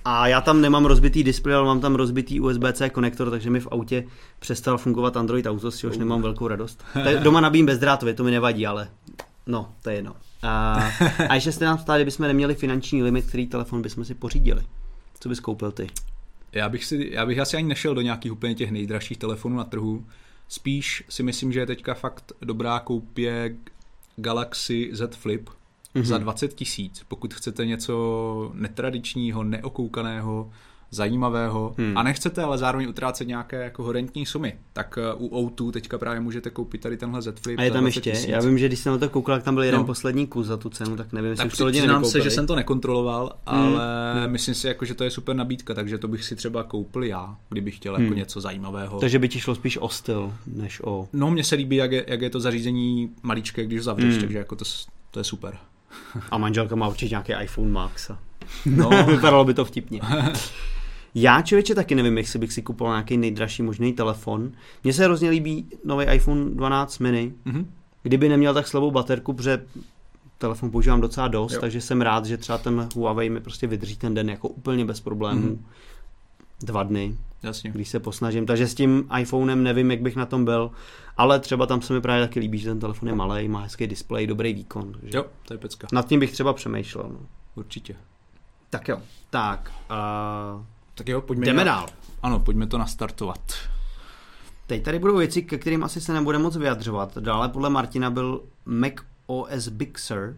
A já tam nemám rozbitý displej, ale mám tam rozbitý U S B C konektor, takže mi v autě přestal fungovat Android Auto, z čehož nemám velkou radost. Tak doma nabíjím bezdrátově, to mi nevadí, ale no, to je jedno. A, a ještě jste nám ptali, kdybychom neměli finanční limit, který telefon bychom si pořídili. Co bys koupil ty? Já bych, si, já bych asi ani nešel do nějakých úplně těch nejdražších telefonů na trhu. Spíš si myslím, že je teďka fakt dobrá koupě Galaxy Z Flip mm-hmm. za dvacet tisíc. Pokud chcete něco netradičního, neokoukaného, zajímavého hmm. a nechcete ale zároveň utrácet nějaké jako horentní sumy, tak u O dva teďka právě můžete koupit tady tenhle Z Flip. A je tam ještě, tisíc. Já vím, že když jsem na to koukal, tak tam byl jeden no. poslední kus za tu cenu, tak nevím, jestli tak už to lidi nekoupili. nekoupili. Se, že jsem to nekontroloval, ale hmm. myslím si, jako, že to je super nabídka, takže to bych si třeba koupil já, kdybych chtěl hmm. jako něco zajímavého. Takže by ti šlo spíš o styl, než o... No, mně se líbí, jak je, jak je to zařízení maličké, když ho zavřeš, hmm. takže jako to, to je super. A manželka má určitě nějaký iPhone Max. No, vypadalo by to vtipně. Já, člověče, taky nevím, jestli bych si kupoval nějaký nejdražší možný telefon. Mně se hrozně líbí nový iPhone dvanáct mini. Mm-hmm. Kdyby neměl tak slabou baterku, protože telefon používám docela dost, jo. takže jsem rád, že třeba ten Huawei mi prostě vydrží ten den jako úplně bez problémů. Mm-hmm. Dva dny, Jasně. když se posnažím. Takže s tím iPhonem nevím, jak bych na tom byl, ale třeba tam se mi právě taky líbí, že ten telefon je malej, má hezký displej, dobrý výkon. Jo, to je pecka. Nad tím bych třeba přemýšlel. No. Určitě. Tak jo, tak... Uh... Tak jo, pojďme Jdeme na... dál. Ano, pojďme to nastartovat. Teď tady budou věci, ke kterým asi se nebude moc vyjadřovat. Dále podle Martina byl Mac O S Big Sur,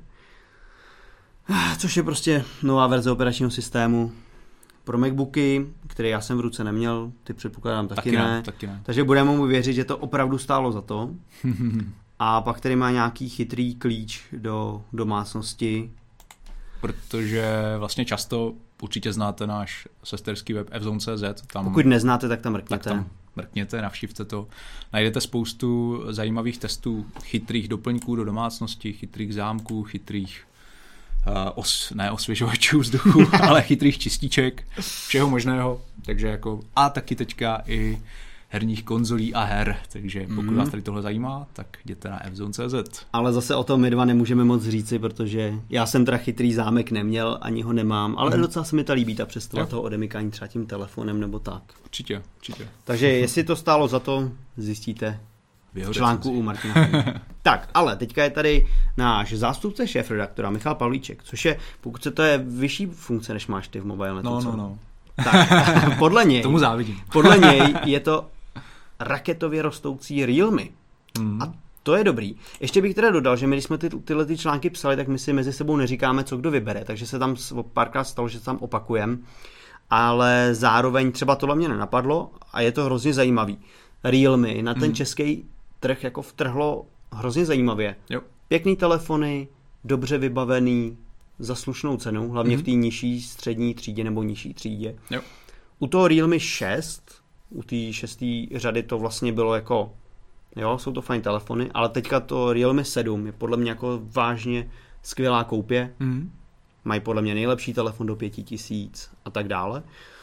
což je prostě nová verze operačního systému pro Macbooky, který já jsem v ruce neměl, ty předpokládám taky, taky ne. ne. Taky ne. Takže budeme mu věřit, že to opravdu stálo za to. A pak tady má nějaký chytrý klíč do domácnosti. Protože vlastně často určitě znáte náš sesterský web f zone tečka c z. Tam, Pokud neznáte, tak tam mrkněte. Tak tam mrkněte, navštívte to. Najdete spoustu zajímavých testů, chytrých doplňků do domácnosti, chytrých zámků, chytrých uh, os, ne osvěžovačů vzduchu, ale chytrých čističek, všeho možného. Takže jako, a taky teďka i herních konzolí a her, takže pokud mm. vás tady tohle zajímá, tak jděte na f zone tečka c z. Ale zase o tom my dva nemůžeme moc říci, protože já jsem teda chytrý zámek neměl, ani ho nemám, ale mm. docela se mi to líbí, ta představa toho odemykání třeba tím telefonem nebo tak. Určitě, určitě. Takže jestli to stálo za to, zjistíte v článku u Martina. Tak, ale teďka je tady náš zástupce šéfredaktora Michal Pavlíček, což je, pokud se to je vyšší funkce, než máš ty v mobile. No, no, no. Tak, podle něj, tomu závidím. Podle něj je to raketově rostoucí Realme. Mm. A to je dobrý. Ještě bych teda dodal, že my, když jsme ty, tyhle ty články psali, tak my si mezi sebou neříkáme, co kdo vybere, takže se tam párkrát stalo, že se tam opakujem, ale zároveň třeba tohle mě nenapadlo a je to hrozně zajímavý. Realme na ten mm. český trh jako vtrhlo hrozně zajímavě. Jo. Pěkný telefony, dobře vybavený, za slušnou cenu, hlavně mm. v té nižší střední třídě nebo nižší třídě. Jo. U toho Realme šest, u té šesté řady to vlastně bylo jako, jo, jsou to fajn telefony, ale teďka to Realme sedm je podle mě jako vážně skvělá koupě. Mm. Mají podle mě nejlepší telefon do pěti tisíc a tak dále.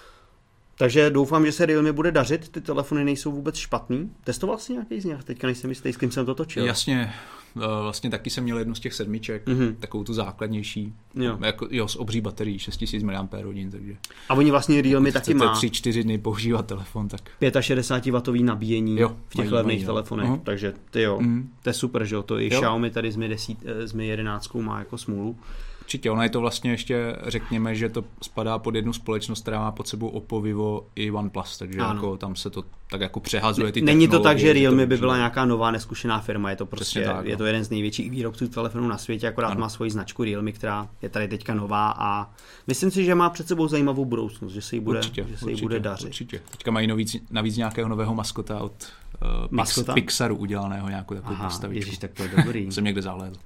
Takže doufám, že se Realme bude dařit, ty telefony nejsou vůbec špatný. Testoval jsi nějaký z nich? Teďka nejsem jistý, s kým jsem to točil. Jasně, vlastně taky jsem měl jednu z těch sedmiček, mm-hmm. takovou tu základnější, jo. Jako, jo, s obří baterií, šest tisíc miliampérhodin, takže. A oni vlastně Realme taky má tři čtyři dny používat telefon, tak. šedesát pět wattové nabíjení jo, v těch mají, levných mají, telefonech, uh-huh. takže ty jo, mm. to je super, že jo, to i jo. Xiaomi tady z Mi, deset, z Mi jedenáct má jako smůlu. Určitě, ona je to vlastně ještě, řekněme, že to spadá pod jednu společnost, která má pod sebou Oppo, Vivo i OnePlus, takže jako tam se to tak jako přehazuje ty Není to tak, že Realme by byla nějaká nová neskušená firma, je to prostě, tak, je to jeden z největších výrobců telefonů na světě, akorát ano. má svoji značku Realme, která je tady teďka nová a myslím si, že má před sebou zajímavou budoucnost, že se jí bude, určitě, že se určitě, jí bude dařit. Určitě. Teďka mají navíc, navíc nějakého nového maskota od uh, maskota? Pixaru udělaného, nějakou takovou postavičku. Ježiš, tak to je dobrý. Jsem někde zálézl.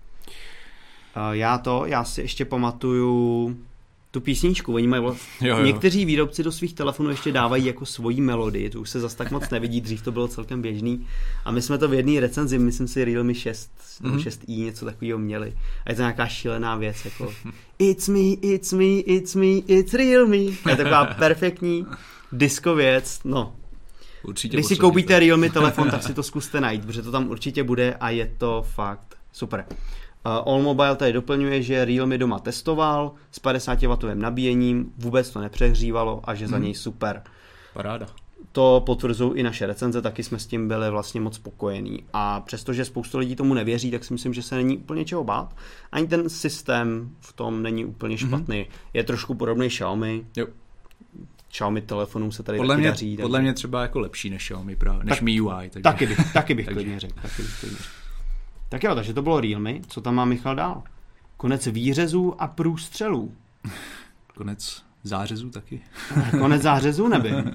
Já to, já si ještě pamatuju tu písničku, oni mají vlastně, jo, jo. Někteří výrobci do svých telefonů ještě dávají jako svoji melodii, to už se zas tak moc nevidí, dřív to bylo celkem běžný a my jsme to v jedné recenzi, myslím si Realme šest, mm-hmm. šest i, něco takového měli a je to nějaká šílená věc, jako it's me, it's me, it's me, it's Realme, je taková perfektní disco věc, no. Určitě když si koupíte Realme telefon, tak si to zkuste najít, protože to tam určitě bude a je to fakt super. All Mobile tady doplňuje, že Realme doma testoval s padesáti wattovým nabíjením, vůbec to nepřehřívalo a že za hmm. něj super. Paráda. To potvrzují i naše recenze, taky jsme s tím byli vlastně moc spokojení. A přestože spoustu lidí tomu nevěří, tak si myslím, že se není úplně čeho bát. Ani ten systém v tom není úplně špatný. Mm-hmm. Je trošku podobný Xiaomi. Jo. Xiaomi telefonů se tady podle taky mě, daří. Podle takže... mě třeba jako lepší než Xiaomi, právě, než tak, M I U I. Takže... Taky bych, taky bych klidně řekl. Taky bych klidně řekl. Tak jo, takže to bylo Realme. Co tam má Michal dál? Konec výřezů a průstřelů. Konec zářezů taky. Konec zářezů nevím.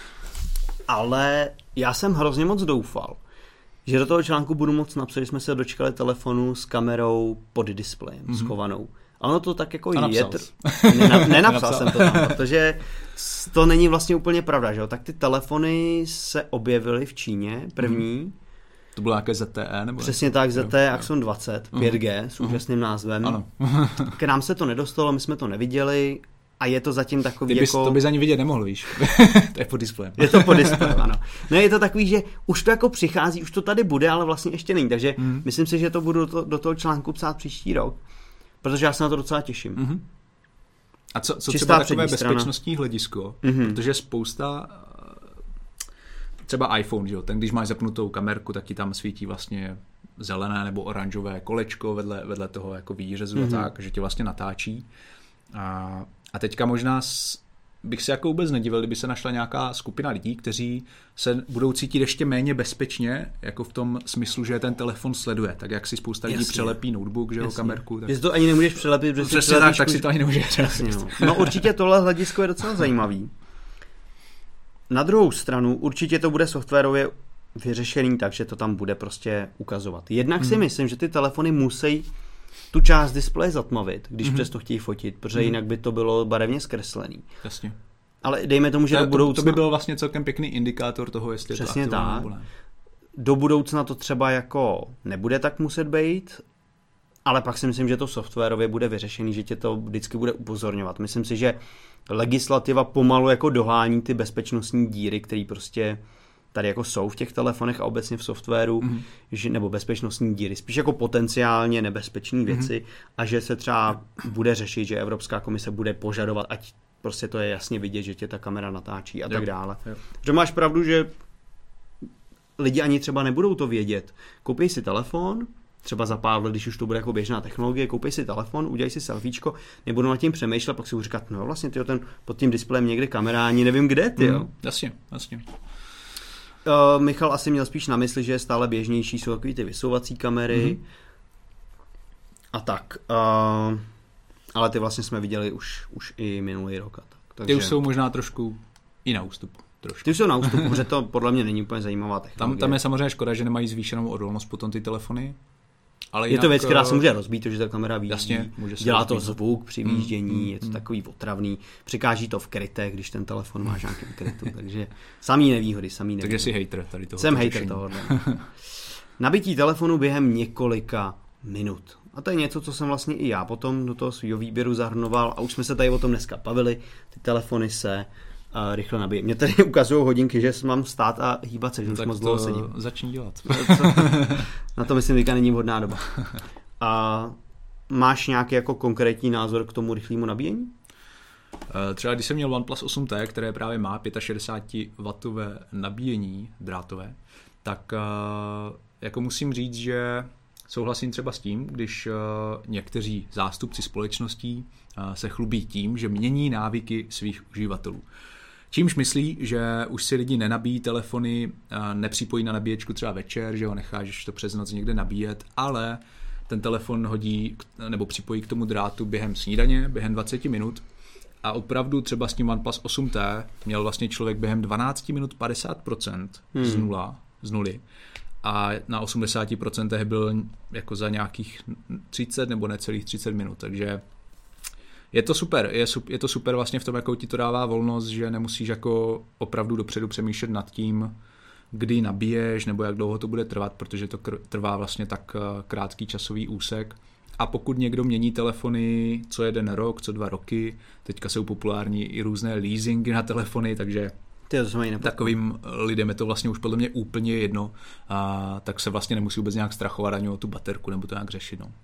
Ale já jsem hrozně moc doufal, že do toho článku budu moc napsat, že jsme se dočkali telefonu s kamerou pod displejem, mm-hmm. schovanou. A ono to tak jako je... Tr... Nenap... Nenapsal jsem to tam, protože to není vlastně úplně pravda, že jo? Tak ty telefony se objevily v Číně, první. Mm. To bylo nějaké Z T E? Nebo Přesně tak, Z T E Axon dvacet, pět G s úžasným názvem. Ano. K nám se to nedostalo, my jsme to neviděli. A je to zatím takový bys, jako... To bys ani vidět nemohl, víš. To je pod displejem. Je to pod displejem, ano. No je to takový, že už to jako přichází, už to tady bude, ale vlastně ještě není. Takže mm. myslím si, že to budu to, do toho článku psát příští rok. Protože já se na to docela těším. Mm-hmm. A co, co Čistá třeba takové strana. bezpečnostní hledisko? Mm-hmm. Protože spousta... Třeba iPhone, že jo? Ten, když máš zapnutou kamerku, tak ti tam svítí vlastně zelené nebo oranžové kolečko vedle, vedle toho jako výřezu mm-hmm. a tak, že tě vlastně natáčí. A, a teďka možná s, bych se jako vůbec nedivil, kdyby se našla nějaká skupina lidí, kteří se budou cítit ještě méně bezpečně, jako v tom smyslu, že ten telefon sleduje. Tak jak si spousta lidí Jasně. přelepí notebook, že jo, kamerku. Tak... Že to ani nemůžeš přelepit, protože Přesně tak, tak si to ani nemůžeš přelepit. No. no určitě tohle hledisko je docela zajímavý. Na druhou stranu určitě to bude softwarově vyřešený tak, že to tam bude prostě ukazovat. Jednak hmm. si myslím, že ty telefony musí tu část displeje zatmavit, když mm-hmm. přesto chtějí fotit, protože mm-hmm. jinak by to bylo barevně zkreslený. Jasně. Ale dejme tomu, že to, do budoucna... To by byl vlastně celkem pěkný indikátor toho, jestli přesně je to aktuální nebo tak. ne. Do budoucna to třeba jako nebude tak muset být, ale pak si myslím, že to softwarově bude vyřešený, že tě to vždycky bude upozorňovat. Myslím si, že legislativa pomalu jako dohání ty bezpečnostní díry, které prostě tady jako jsou v těch telefonech a obecně v softwaru, mm-hmm. že, nebo bezpečnostní díry, spíš jako potenciálně nebezpečné věci mm-hmm. a že se třeba bude řešit, že Evropská komise bude požadovat, ať prostě to je jasně vidět, že tě ta kamera natáčí a jo. tak dále. Jo. Že máš pravdu, že lidi ani třeba nebudou to vědět. Koupí si telefon, třeba za pár let, když už to bude jako běžná technologie, koupí si telefon, udělej si selfiečko, nebudou nad tím přemýšlet, pak si budu říkat, no vlastně tyjo, ten pod tím displejem někde kamera, ani nevím kde, tyjo. Mm, jasně, jasně. Uh, Michal asi měl spíš na mysli, že je stále běžnější, jsou takový ty vysouvací kamery mm-hmm. a tak. Uh, ale ty vlastně jsme viděli už, už i minulý rok. A tak. Takže... Ty už jsou možná trošku i na ústupu. Trošku. Ty už jsou na ústupu, protože to podle mě není úplně zajímavá technologie. Tam, tam je samozřejmě škoda, že nemají zvýšenou odolnost potom ty telefony. Ale je jinak, to věc, která se může rozbít, to, že ta kamera výjíždí, jasně, může se dělá rozbít. to zvuk při výjíždění, mm, mm, je to mm. takový otravný, přikáží to v krytech, když ten telefon má nějaký krytu, takže samý nevýhody, samý nevýhody. Takže jsi hater tady toho. Jsem hater tohohle. Nabití telefonu během několika minut. A to je něco, co jsem vlastně i já potom do toho svého výběru zahrnoval a už jsme se tady o tom dneska bavili, ty telefony se uh, rychle nabíjí. Mě tady ukazují hodinky, že mám stát a hýbat se, že už moc dlouho sedím. Začni dělat. Na to myslím, že není vhodná doba. A máš nějaký jako konkrétní názor k tomu rychlému nabíjení? Třeba když jsem měl OnePlus osm T, které právě má šedesát pět wattů nabíjení drátové, tak jako musím říct, že souhlasím třeba s tím, když někteří zástupci společností se chlubí tím, že mění návyky svých uživatelů. Čímž myslí, že už si lidi nenabíjí telefony, nepřipojí na nabíječku třeba večer, že ho necháš to přes noc někde nabíjet, ale ten telefon hodí nebo připojí k tomu drátu během snídaně, během dvacet minut a opravdu třeba s tím OnePlus osm T měl vlastně člověk během dvanáct minut padesát procent hmm. z nula, z nuly a na osmdesát procent byl jako za nějakých třicet nebo necelých třicet minut, takže je to super, je, je to super vlastně v tom, jakou ti to dává volnost, že nemusíš jako opravdu dopředu přemýšlet nad tím, kdy nabiješ nebo jak dlouho to bude trvat, protože to trvá vlastně tak krátký časový úsek. A pokud někdo mění telefony co jeden rok, co dva roky, teďka jsou populární i různé leasingy na telefony, takže takovým lidem je to vlastně už podle mě úplně jedno, a tak se vlastně nemusí vůbec nějak strachovat ani o tu baterku nebo to nějak řešit. No.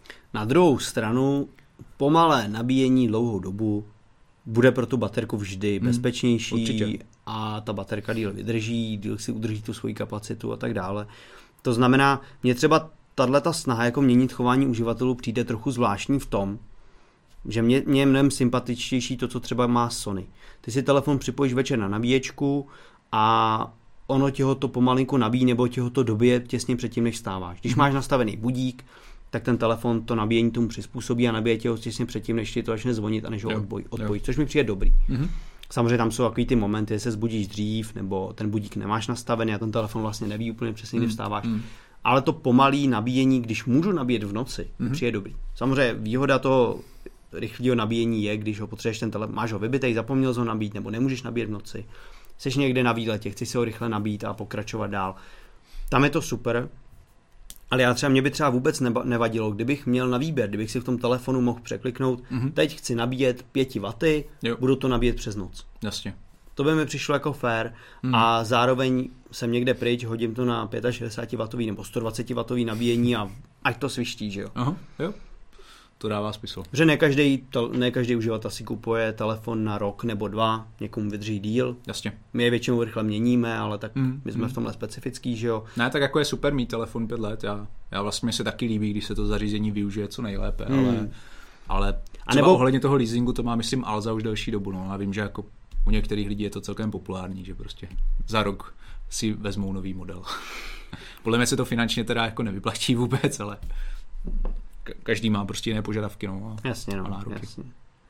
Na druhou stranu pomalé nabíjení dlouhou dobu bude pro tu baterku vždy hmm, bezpečnější určitě. A ta baterka díl vydrží, díl si udrží tu svoji kapacitu a tak dále. To znamená, mě třeba tato snaha jako měnit chování uživatelů přijde trochu zvláštní v tom, že mě, mě je mnohem sympatičtější to, co třeba má Sony. Ty si telefon připojíš večer na nabíječku a ono ti ho to pomalinku nabíjí nebo ti ho to dobije těsně předtím, než stáváš. Když máš nastavený budík, tak ten telefon to nabíjení tomu přizpůsobí a nabíje tě ho těsně předtím, než ti to začne zvonit a než ho odbojí, odbojí, což mi přijde dobrý. Mm-hmm. Samozřejmě tam jsou takový ty momenty, že se zbudíš dřív, nebo ten budík nemáš nastavený a ten telefon vlastně neví úplně přesně, kdy vstáváš. Mm-hmm. Ale to pomalý nabíjení, když můžu nabíjet v noci, mm-hmm. přijde dobrý. Samozřejmě výhoda toho rychlého nabíjení je, když ho potřebuješ ten telefon, máš ho vybitej, zapomněl jsi ho nabít, nebo nemůžeš nabíjet v noci. Jsi někde na výletě, chci si ho rychle nabít a pokračovat dál. Tam je to super, ale já třeba mě by třeba vůbec nevadilo, kdybych měl na výběr, kdybych si v tom telefonu mohl překliknout, mm-hmm. teď chci nabíjet pět wattů, budu to nabíjet přes noc. Jasně. To by mi přišlo jako fair mm. a zároveň jsem někde pryč, hodím to na šedesát pět wattů nebo sto dvacet wattů nabíjení a ať to sviští, že jo. Aha, jo. To dává smysl. Že ne každý, ne každý uživatel si kupuje telefon na rok nebo dva, někomu vydrží díl. Jasně. My je většinou rychle měníme, ale tak mm, my jsme mm. v tomhle specifický, že jo. Ne, tak jako je super mít telefon pět let. Já, já vlastně se taky líbí, když se to zařízení využije co nejlépe, mm. ale, ale třeba a nebo ohledně toho leasingu to má, myslím, Alza už delší dobu. No. Já vím, že jako u některých lidí je to celkem populární, že prostě za rok si vezmou nový model. Podle mě se to finančně teda jako nevyplatí vůbec, ale každý má prostě jiné požadavky, no, a, jasně, no, a nároky. Jasně.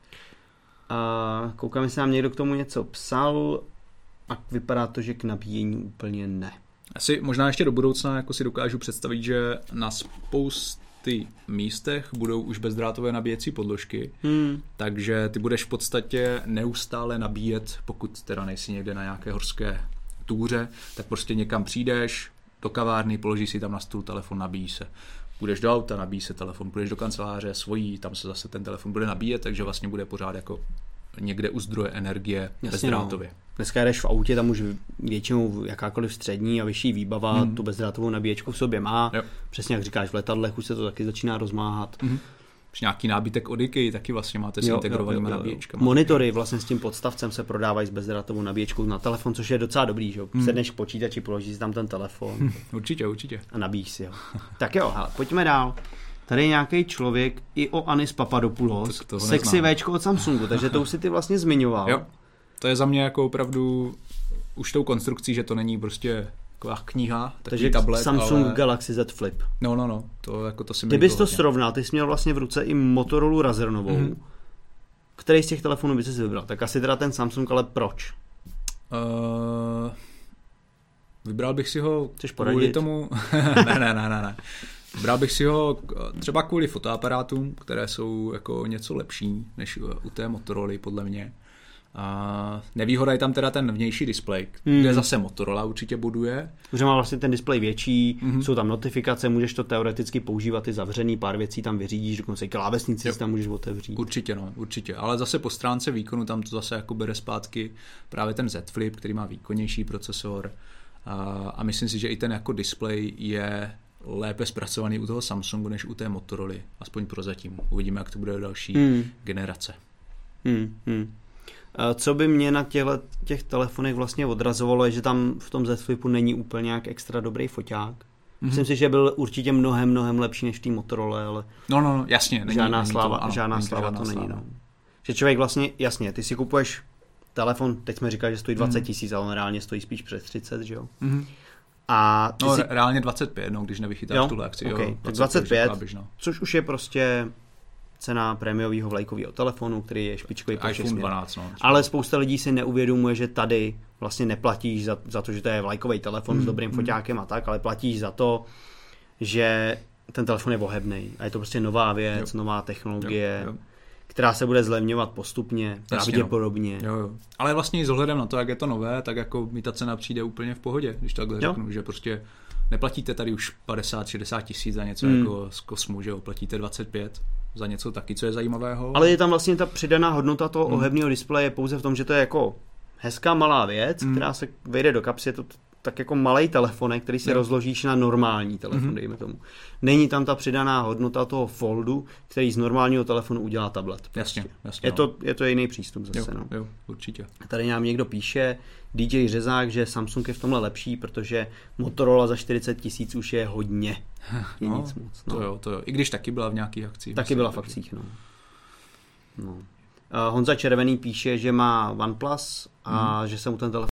A koukám, jestli nám někdo k tomu něco psal a vypadá to, že k nabíjení úplně ne. Asi možná ještě do budoucna jako si dokážu představit, že na spousty místech budou už bezdrátové nabíjecí podložky, hmm. takže ty budeš v podstatě neustále nabíjet, pokud teda nejsi někde na nějaké horské túře, tak prostě někam přijdeš do kavárny, položíš si tam na stůl telefon, nabíjí se. Půjdeš do auta, nabíjí se telefon, půjdeš do kanceláře svojí, tam se zase ten telefon bude nabíjet, takže vlastně bude pořád jako někde u zdroje energie bezdrátově. No. Dneska jdeš v autě, tam už většinou jakákoliv střední a vyšší výbava hmm. tu bezdrátovou nabíječku v sobě má. Jo. Přesně jak říkáš, v letadlech už se to taky začíná rozmáhat. Hmm. Nějaký nábytek od IKEA taky vlastně máte s integrovanými nabíječkami. Monitory vlastně s tím podstavcem se prodávají s bezdrátovou nabíječkou na telefon, což je docela dobrý, že jo. Hmm. Sedneš k počítači, položíš si tam ten telefon. Hmm. Určitě, určitě. A nabíjíš si ho. Tak jo, hele, pojďme dál. Tady je nějaký člověk i o Anis Papadopoulos, sexy Včko od Samsungu, takže to už si ty vlastně zmiňoval. Jo, to je za mě jako opravdu už tou konstrukcí, že to není prostě taková kniha, takže tablet, Samsung ale Galaxy Z Flip. No, no, no, to jako to si mi Ty bys to hodně srovnal, ty jsi měl vlastně v ruce i Motorola Razeronovou. Mm-hmm. Který z těch telefonů bys si vybral? Tak asi teda ten Samsung, ale proč? Uh, vybral bych si ho kvůli tomu... ne, ne, ne, ne, ne. Vybral bych si ho třeba kvůli fotoaparátům, které jsou jako něco lepší než u té Motorola, podle mě. A nevýhoda je tam teda ten vnější displej, hmm. kde zase Motorola určitě buduje. Protože má vlastně ten displej větší, mm-hmm. jsou tam notifikace, můžeš to teoreticky používat i zavřený, pár věcí tam vyřídíš, dokonce i klávesnici si tam můžeš otevřít. Určitě, no, určitě. Ale zase po stránce výkonu tam to zase jako bere zpátky právě ten Z Flip, který má výkonnější procesor. A, a myslím si, že i ten jako displej je lépe zpracovaný u toho Samsungu než u té Motorola, aspoň prozatím. Uvidíme, jak to bude do další hmm. generace. Hmm, hmm. Co by mě na těchto, těch telefonech vlastně odrazovalo, je, že tam v tom Z Flipu není úplně jak extra dobrý foťák. Mm-hmm. Myslím si, že byl určitě mnohem, mnohem lepší než v té Motorola, ale no, no, no, jasně, není, žádná není sláva, to, ano, žádná není sláva to, to sláva. není. No. Že člověk vlastně, jasně, ty si kupuješ telefon, teď jsme říkali, že stojí dvacet tisíc, mm. ale on reálně stojí spíš přes třicet, že jo? Mm-hmm. A no, si... reálně dvacet pět, no, když nevychytáš tu akci. Okay. Jo, tak dvacet pět, což už je prostě cena prémiového vlajkového telefonu, který je špičkový po iPhone dvanáct. No, ale spousta lidí si neuvědomuje, že tady vlastně neplatíš za, za to, že to je vlajkový telefon mm, s dobrým mm. foťákem a tak, ale platíš za to, že ten telefon je bohebnej. A je to prostě nová věc, jo. nová technologie, jo, jo. která se bude zlevňovat postupně, pravděpodobně. No. Jo, jo. Ale vlastně s ohledem na to, jak je to nové, tak jako mi ta cena přijde úplně v pohodě, když to takhle jo. řeknu, že prostě neplatíte tady už padesát šedesát tisíc za něco mm. jako z kosmu, že jo, platíte dvacet pět za něco taky, co je zajímavého. Ale je tam vlastně ta přidaná hodnota toho mm. ohebného displeje pouze v tom, že to je jako hezká malá věc, mm. která se vejde do kapsy, je to tak jako malej telefonek, který si no. rozložíš na normální telefon, mm-hmm. dejme tomu. Není tam ta přidaná hodnota toho foldu, který z normálního telefonu udělá tablet. Prostě. Jasně, jasně. Je to, je to jiný přístup zase. Jo, no. jo, určitě. Tady nám někdo píše, D J Řezák, že Samsung je v tomhle lepší, protože Motorola za čtyřicet tisíc už je hodně. Je no, nic moc. No. To jo, to jo. I když taky byla v nějakých akcích. Taky byla v akcích, no. no. Uh, Honza Červený píše, že má OnePlus a hmm. že se mu ten telefon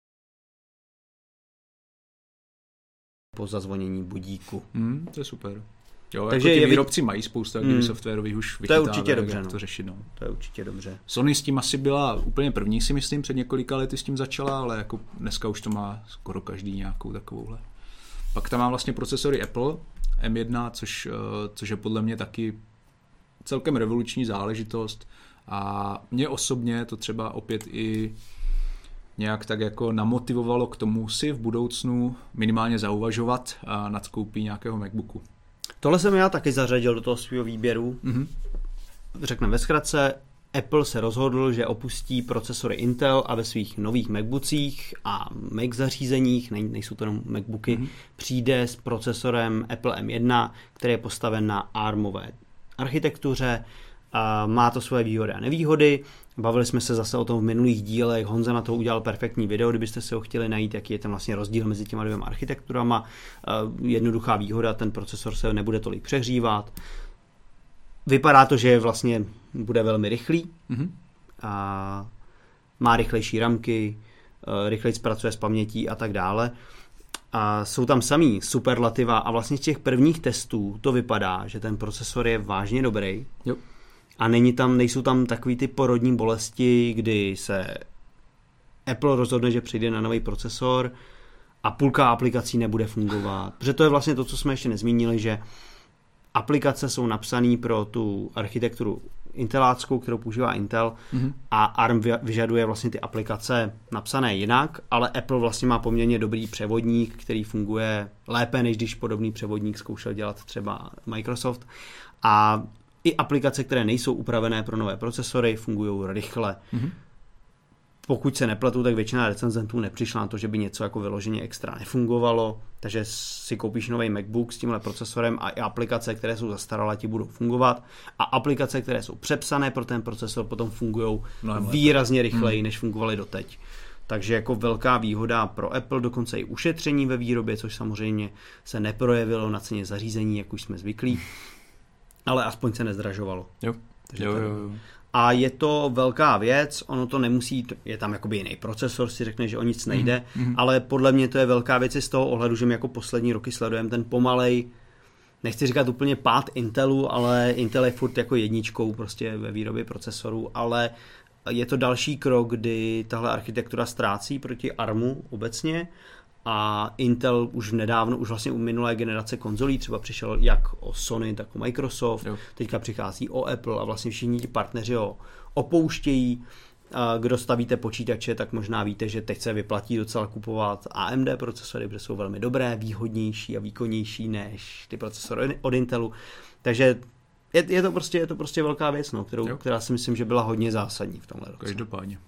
po zazvonění budíku. Hmm, to je super. Jo, takže jako ty je výrobci mají spoustu hmm. softwarových už vychytávek, to je určitě dobře, no. to řešit. No. To je určitě dobře. Sony s tím asi byla úplně první, si myslím, před několika lety s tím začala, ale jako dneska už to má skoro každý nějakou takovouhle. Pak tam má vlastně procesory Apple M jedna, což, což je podle mě taky celkem revoluční záležitost a mě osobně to třeba opět i nějak tak jako namotivovalo k tomu si v budoucnu minimálně zauvažovat a nad koupí nějakého MacBooku. Tohle jsem já taky zařadil do toho svého výběru. Mm-hmm. Řekneme ve zkratce, Apple se rozhodl, že opustí procesory Intel a ve svých nových MacBookích a Mac zařízeních, ne, nejsou to jenom MacBooky, mm-hmm. přijde s procesorem Apple M jedna, který je postaven na ARMové architektuře. A má to svoje výhody a nevýhody. Bavili jsme se zase o tom v minulých dílech. Honza na to udělal perfektní video, kdybyste se ho chtěli najít, jaký je ten vlastně rozdíl mezi těma dvěma architekturama. Jednoduchá výhoda, ten procesor se nebude tolik přehřívat. Vypadá to, že vlastně bude velmi rychlý. Mm-hmm. A má rychlejší ramky, rychleji zpracuje s pamětí a tak dále. A jsou tam samý superlativa a vlastně z těch prvních testů to vypadá, že ten procesor je vážně dobrý. Jo. A není tam, nejsou tam takový ty porodní bolesti, kdy se Apple rozhodne, že přijde na nový procesor a půlka aplikací nebude fungovat. Protože to je vlastně to, co jsme ještě nezmínili, že aplikace jsou napsané pro tu architekturu inteláckou, kterou používá Intel mm-hmm. a ARM vyžaduje vlastně ty aplikace napsané jinak, ale Apple vlastně má poměrně dobrý převodník, který funguje lépe, než když podobný převodník zkoušel dělat třeba Microsoft. A i aplikace, které nejsou upravené pro nové procesory, fungují rychle. Mm-hmm. Pokud se nepletu, tak většina recenzentů nepřišla na to, že by něco jako vyloženě extra nefungovalo, takže si koupíš nový MacBook s tímhle procesorem a i aplikace, které jsou zastaralé, ti budou fungovat a aplikace, které jsou přepsané pro ten procesor, potom fungují výrazně rychleji, než fungovaly doteď. Takže jako velká výhoda pro Apple, dokonce i ušetření ve výrobě, což samozřejmě se neprojevilo na ceně zařízení, jak už jsme zvyklí, ale aspoň se nezdražovalo. Jo, takže jo, jo, jo. A je to velká věc, ono to nemusí, je tam jakoby jiný procesor, si řekne, že o nic nejde, mm-hmm. ale podle mě to je velká věc i z toho ohledu, že my jako poslední roky sledujeme ten pomalej, nechci říkat úplně pád Intelu, ale Intel je furt jako jedničkou prostě ve výrobě procesorů, ale je to další krok, kdy tahle architektura ztrácí proti ARMu obecně a Intel už nedávno, už vlastně u minulé generace konzolí třeba přišel jak o Sony, tak o Microsoft, jo. Teďka přichází o Apple a vlastně všichni ti partneři ho opouštějí. Kdo stavíte počítače, tak možná víte, že teď se vyplatí docela kupovat A M D procesory, protože jsou velmi dobré, výhodnější a výkonnější než ty procesory od Intelu. Takže je, je, to, prostě, je to prostě velká věc, no, kterou, která si myslím, že byla hodně zásadní v tomhle roce. Každopádně.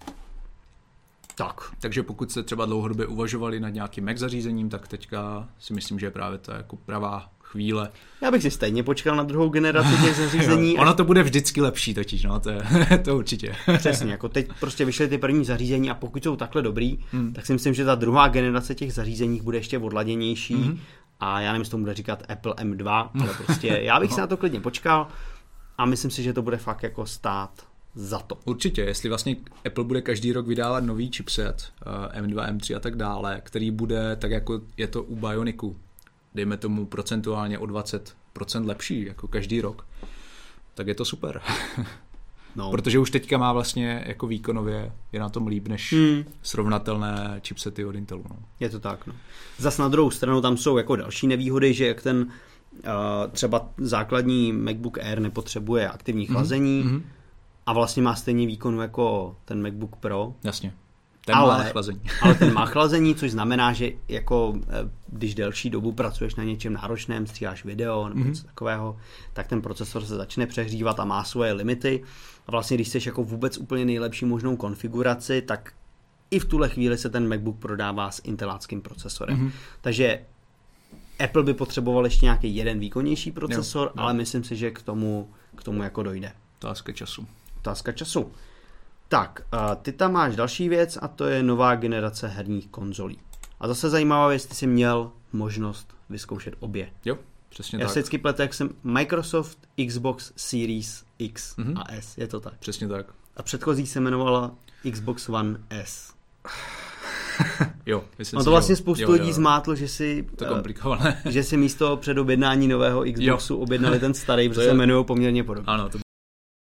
Tak. Takže pokud jste třeba dlouhodobě uvažovali nad nějakým Mac zařízením, tak teďka si myslím, že je právě ta jako pravá chvíle. Já bych si stejně počkal na druhou generaci těch zařízení. Ono to bude vždycky lepší totiž, no, to, je, to určitě. Přesně, jako teď prostě vyšly ty první zařízení a pokud jsou takhle dobrý, hmm. tak si myslím, že ta druhá generace těch zařízení bude ještě odladěnější hmm. a já nevím, jestli to bude říkat Apple M dva, ale prostě já bych no. se na to klidně počkal a myslím si, že to bude fakt jako stát za to. Určitě, jestli vlastně Apple bude každý rok vydávat nový chipset, M dva, M tři a tak dále, který bude tak jako je to u Bionicu, dejme tomu procentuálně o dvacet procent lepší, jako každý rok, tak je to super. No. Protože už teďka má vlastně jako výkonově je na tom líp než hmm. srovnatelné chipsety od Intelu. No. Je to tak, no. Zas na druhou stranu tam jsou jako další nevýhody, že jak ten uh, třeba základní MacBook Air nepotřebuje aktivní chlazení, mm-hmm. a vlastně má stejně výkonu jako ten MacBook Pro. Jasně. Ten ale, má chlazení. ale ten má chlazení, což znamená, že jako když delší dobu pracuješ na něčem náročném, stříháš video nebo mm-hmm. něco takového, tak ten procesor se začne přehřívat a má svoje limity. A vlastně když chceš jako vůbec úplně nejlepší možnou konfiguraci, tak i v tuhle chvíli se ten MacBook prodává s inteláckým procesorem. Mm-hmm. Takže Apple by potřeboval ještě nějaký jeden výkonnější procesor, jo, jo. ale myslím si, že k tomu, k tomu jako dojde. Otázka času. Otázka času. Tak, ty tam máš další věc a to je nová generace herních konzolí. A zase zajímavá věc, ty jsi měl možnost vyzkoušet obě. Jo, přesně Já tak. Já se vždycky pletu, jak jsem Microsoft Xbox Series X mm-hmm. a S, je to tak. Přesně tak. A předchozí se jmenovala Xbox One S. Jo, myslím no to si, vlastně jo. spoustu jo, lidí jo. zmátlo, že si, to komplikované. že si místo předobjednání nového Xboxu jo. objednali ten starý, protože se jmenují poměrně podobně. Ano, to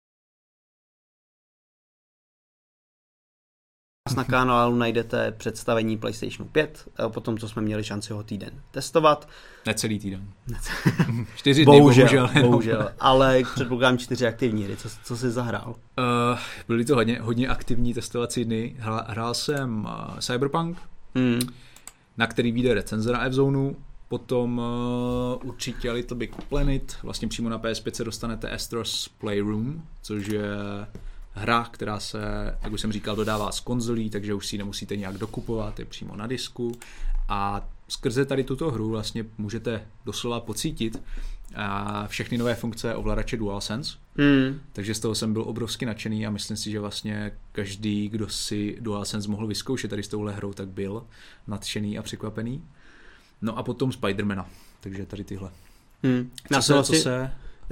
Na kanálu najdete představení PlayStationu pět, potom co jsme měli šanci ho týden testovat. Necelý týden. Čtyři dny, bohužel. bohužel, bohužel ale předpokládám čtyři aktivní hry. Co, co jsi zahrál? Uh, byly to hodně, hodně aktivní testovací dny. Hrál, hrál jsem uh, Cyberpunk, hmm. na který vyjde recenze na F-Zone. Potom uh, určitě Little Big Planet. Vlastně přímo na P S pět se dostanete Astro's Playroom, což je hra, která se, jak už jsem říkal, dodává z konzolí, takže už si ji nemusíte nějak dokupovat, je přímo na disku. A skrze tady tuto hru vlastně můžete doslova pocítit a všechny nové funkce ovladače DualSense. Hmm. Takže z toho jsem byl obrovsky nadšený a myslím si, že vlastně každý, kdo si DualSense mohl vyzkoušet tady s touhle hrou, tak byl nadšený a překvapený. No a potom Spidermana, takže tady tyhle. Hmm. Co, se, vlastně... co se...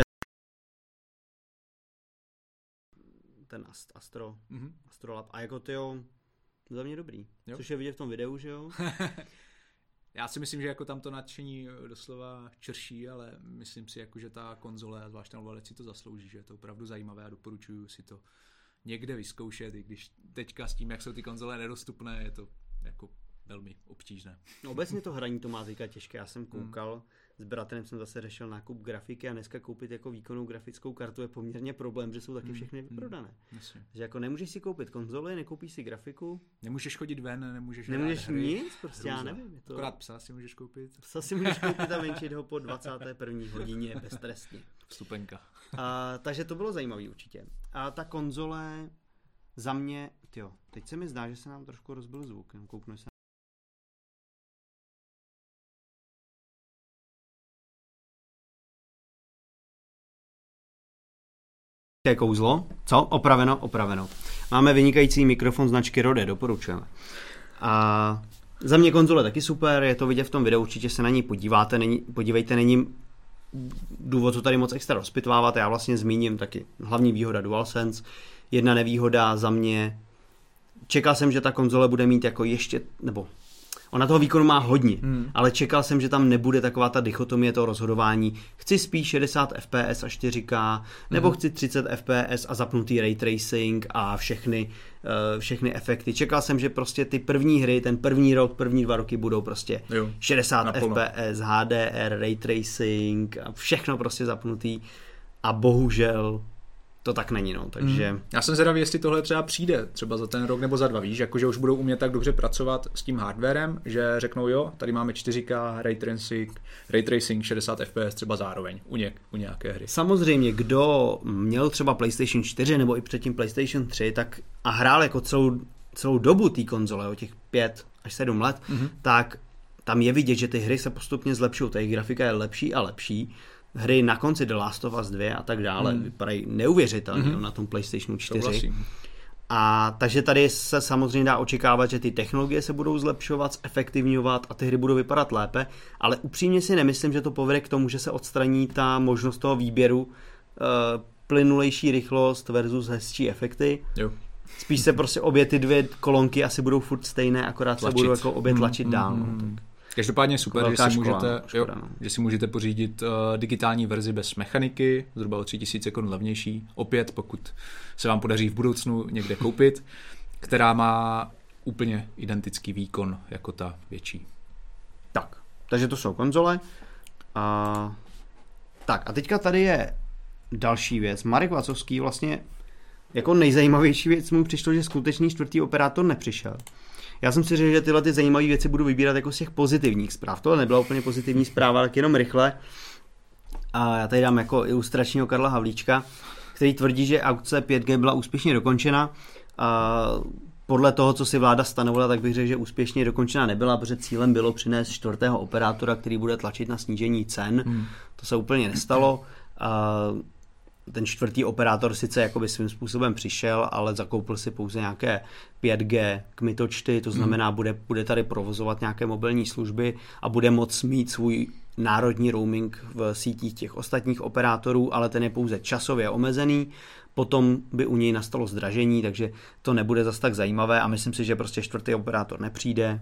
ten Astro, mm-hmm. Astrolab a jako tyjo, za mě dobrý. Jo. Což je vidět v tom videu, že jo? Já si myslím, že jako tam to nadšení doslova črší, ale myslím si, jako, že ta konzole a zvlášť ten ovladač si to zaslouží, že je to opravdu zajímavé a doporučuji si to někde vyzkoušet, i když teďka s tím, jak jsou ty konzole nedostupné, je to jako velmi obtížné. No, obecně to hraní to má teďka těžké, já jsem koukal, hmm. s bratrem jsem zase řešil nákup grafiky a dneska koupit jako výkonnou grafickou kartu je poměrně problém, že jsou taky všechny hmm. vyprodané. Hmm. Takže jako nemůžeš si koupit konzoli, nekoupíš si grafiku. Nemůžeš chodit ven, nemůžeš Nemůžeš hry, nic, prostě různo. Já nevím. Je to... Akorát psa si můžeš koupit. Psa si můžeš koupit a venčit ho po dvacáté první hodině beztrestně. Vstupenka. A, takže to bylo zajímavé určitě. A ta konzole za mě, tyjo, teď se mi zdá, že se nám trošku rozbil zvuk, kouknu se. Kouzlo. Co? Opraveno? Opraveno. Máme vynikající mikrofon značky Rode, doporučujeme. A za mě konzole taky super, je to vidět v tom videu, určitě se na ní podíváte, není, podívejte, není důvod, co tady moc extra rozpitvávat, já vlastně zmíním taky hlavní výhoda DualSense, jedna nevýhoda za mě, čekal jsem, že ta konzole bude mít jako ještě, nebo ona toho výkonu má hodně, hmm. ale čekal jsem, že tam nebude taková ta dichotomie toho rozhodování. Chci spíš šedesát F P S a čtyři K, nebo hmm. chci třicet F P S a zapnutý ray tracing a všechny, uh, všechny efekty. Čekal jsem, že prostě ty první hry, ten první rok, první dva roky budou prostě jo, šedesát naplno. F P S, H D R, ray tracing a všechno prostě zapnutý a bohužel to tak není, no, takže... Hmm. Já jsem zvědavý, jestli tohle třeba přijde, třeba za ten rok nebo za dva, víš, jakože už budou umět tak dobře pracovat s tím hardwarem, že řeknou jo, tady máme čtyři K, ray tracing, ray tracing šedesát F P S třeba zároveň u, něk, u nějaké hry. Samozřejmě, kdo měl třeba PlayStation čtyři nebo i předtím PlayStation tři, tak a hrál jako celou, celou dobu té konzole, o těch pět až sedm let, mm-hmm. tak tam je vidět, že ty hry se postupně zlepšují, ta grafika je lepší a lepší. Hry na konci The Last of Us dva a tak dále hmm. vypadají neuvěřitelně hmm. na tom PlayStationu čtyři. A takže tady se samozřejmě dá očekávat, že ty technologie se budou zlepšovat, zefektivňovat a ty hry budou vypadat lépe, ale upřímně si nemyslím, že to povede k tomu, že se odstraní ta možnost toho výběru, uh, plynulejší rychlost versus hezčí efekty. Jo. Spíš se prostě obě ty dvě kolonky asi budou furt stejné, akorát tlačit. Se budou jako obě tlačit hmm. dál. No, tak. Každopádně super, že si, škola, můžete, škoda, jo, no. že si můžete pořídit uh, digitální verzi bez mechaniky, zhruba o tři tisíce korun levnější, opět pokud se vám podaří v budoucnu někde koupit, která má úplně identický výkon jako ta větší. Tak, takže to jsou konzole. A... Tak a teďka tady je další věc. Marek Vacovský vlastně jako nejzajímavější věc mu přišlo, že skutečný čtvrtý operátor nepřišel. Já jsem si řekl, že tyhle ty zajímavé věci budu vybírat jako z těch pozitivních zpráv. Tohle nebyla úplně pozitivní zpráva, tak jenom rychle. A já tady dám jako ilustračního Karla Havlíčka, který tvrdí, že aukce pět G byla úspěšně dokončena. A podle toho, co si vláda stanovila, tak bych řekl, že úspěšně dokončena nebyla, protože cílem bylo přinést čtvrtého operátora, který bude tlačit na snížení cen. Hmm. To se úplně nestalo. Ten čtvrtý operátor sice jakoby svým způsobem přišel, ale zakoupil si pouze nějaké pět G kmitočty, to znamená, hmm. bude, bude tady provozovat nějaké mobilní služby a bude moct mít svůj národní roaming v sítích těch ostatních operátorů, ale ten je pouze časově omezený. Potom by u něj nastalo zdražení, takže to nebude zas tak zajímavé a myslím si, že prostě čtvrtý operátor nepřijde,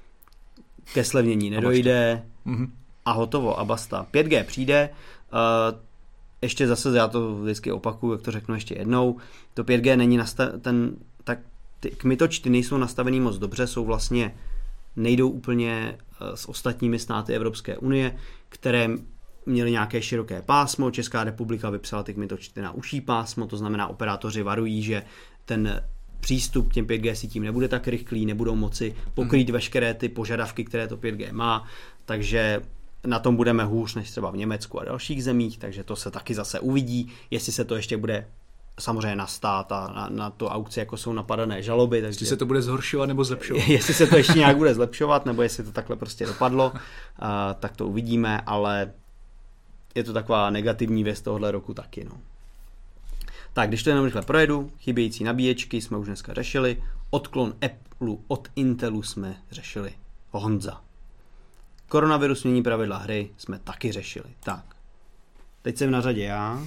ke slevnění nedojde a hotovo a basta. pět G přijde, uh, ještě zase, já to vždycky opakuju, jak to řeknu ještě jednou, to pět G není nastaven, ten, tak ty kmitočty nejsou nastavený moc dobře, jsou vlastně, nejdou úplně uh, s ostatními státy Evropské unie, které měli nějaké široké pásmo, Česká republika vypsala ty kmitočty na užší pásmo, to znamená operátoři varují, že ten přístup k těm pět G sítím nebude tak rychlý, nebudou moci pokrýt hmm. veškeré ty požadavky, které to pět G má, takže na tom budeme hůř než třeba v Německu a dalších zemích, takže to se taky zase uvidí, jestli se to ještě bude samozřejmě na stát a na, na to aukci, jako jsou napadané žaloby. Takže jestli se to bude zhoršovat nebo zlepšovat. Jestli se to ještě nějak bude zlepšovat, nebo jestli to takhle prostě dopadlo, a, tak to uvidíme, ale je to taková negativní věc tohohle roku taky. No. Tak, když to jenom rychle projedu, chybějící nabíječky jsme už dneska řešili, odklon Apple od Intelu jsme řešili. Honza. Koronavirus mění pravidla hry jsme taky řešili. Tak, teď jsem na řadě já.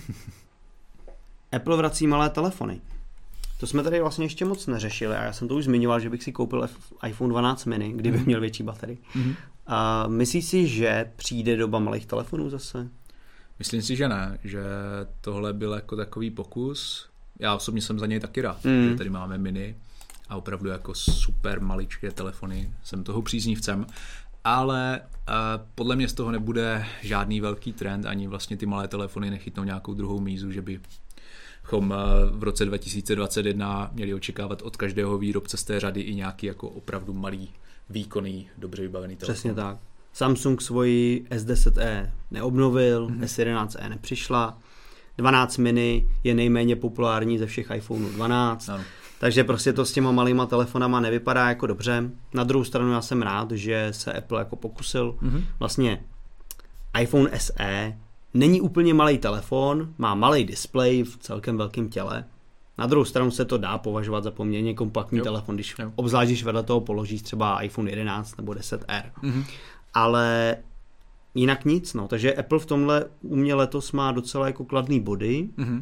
Apple vrací malé telefony. To jsme tady vlastně ještě moc neřešili a já jsem to už zmiňoval, že bych si koupil iPhone dvanáct mini, kdyby měl větší baterii. Mm-hmm. A myslíš si, že přijde doba malých telefonů zase? Myslím si, že ne, že tohle byl jako takový pokus. Já osobně jsem za něj taky rád, mm. že tady máme mini a opravdu jako super maličké telefony, jsem toho příznivcem, ale uh, podle mě z toho nebude žádný velký trend, ani vlastně ty malé telefony nechytnou nějakou druhou mízu, že by chom v roce dva tisíce dvacet jedna měli očekávat od každého výrobce z té řady i nějaký jako opravdu malý, výkonný, dobře vybavený telefon. Přesně tak. Samsung svoji S deset e neobnovil, mm-hmm. S jedenáct e nepřišla, dvanáct mini je nejméně populární ze všech iPhone dvanáct, ano. Takže prostě to s těma malýma telefonama nevypadá jako dobře. Na druhou stranu já jsem rád, že se Apple jako pokusil. Mm-hmm. Vlastně iPhone S E není úplně malý telefon, má malý displej v celkem velkém těle. Na druhou stranu se to dá považovat za poměrně kompaktní jo. telefon, když jo. obzvlášť, když vedle toho položíš třeba iPhone jedenáct nebo deset R. Mm-hmm. Ale jinak nic, no. Takže Apple v tomhle u mě letos má docela jako kladný body. Mm-hmm.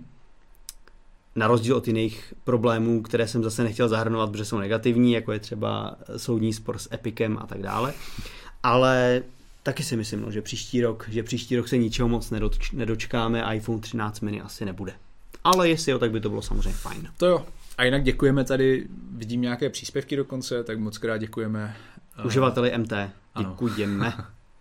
Na rozdíl od jiných problémů, které jsem zase nechtěl zahrnovat, protože jsou negativní, jako je třeba soudní spor s Epicem a tak dále. Ale taky si myslím, no, že příští rok, že příští rok se ničeho moc nedoč, nedočkáme, iPhone třináct mini asi nebude. Ale jestli jo, tak by to bylo samozřejmě fajn. To jo. A jinak děkujeme tady, vidím nějaké příspěvky dokonce, tak moc krát děkujeme. Uživateli M T, děkujeme.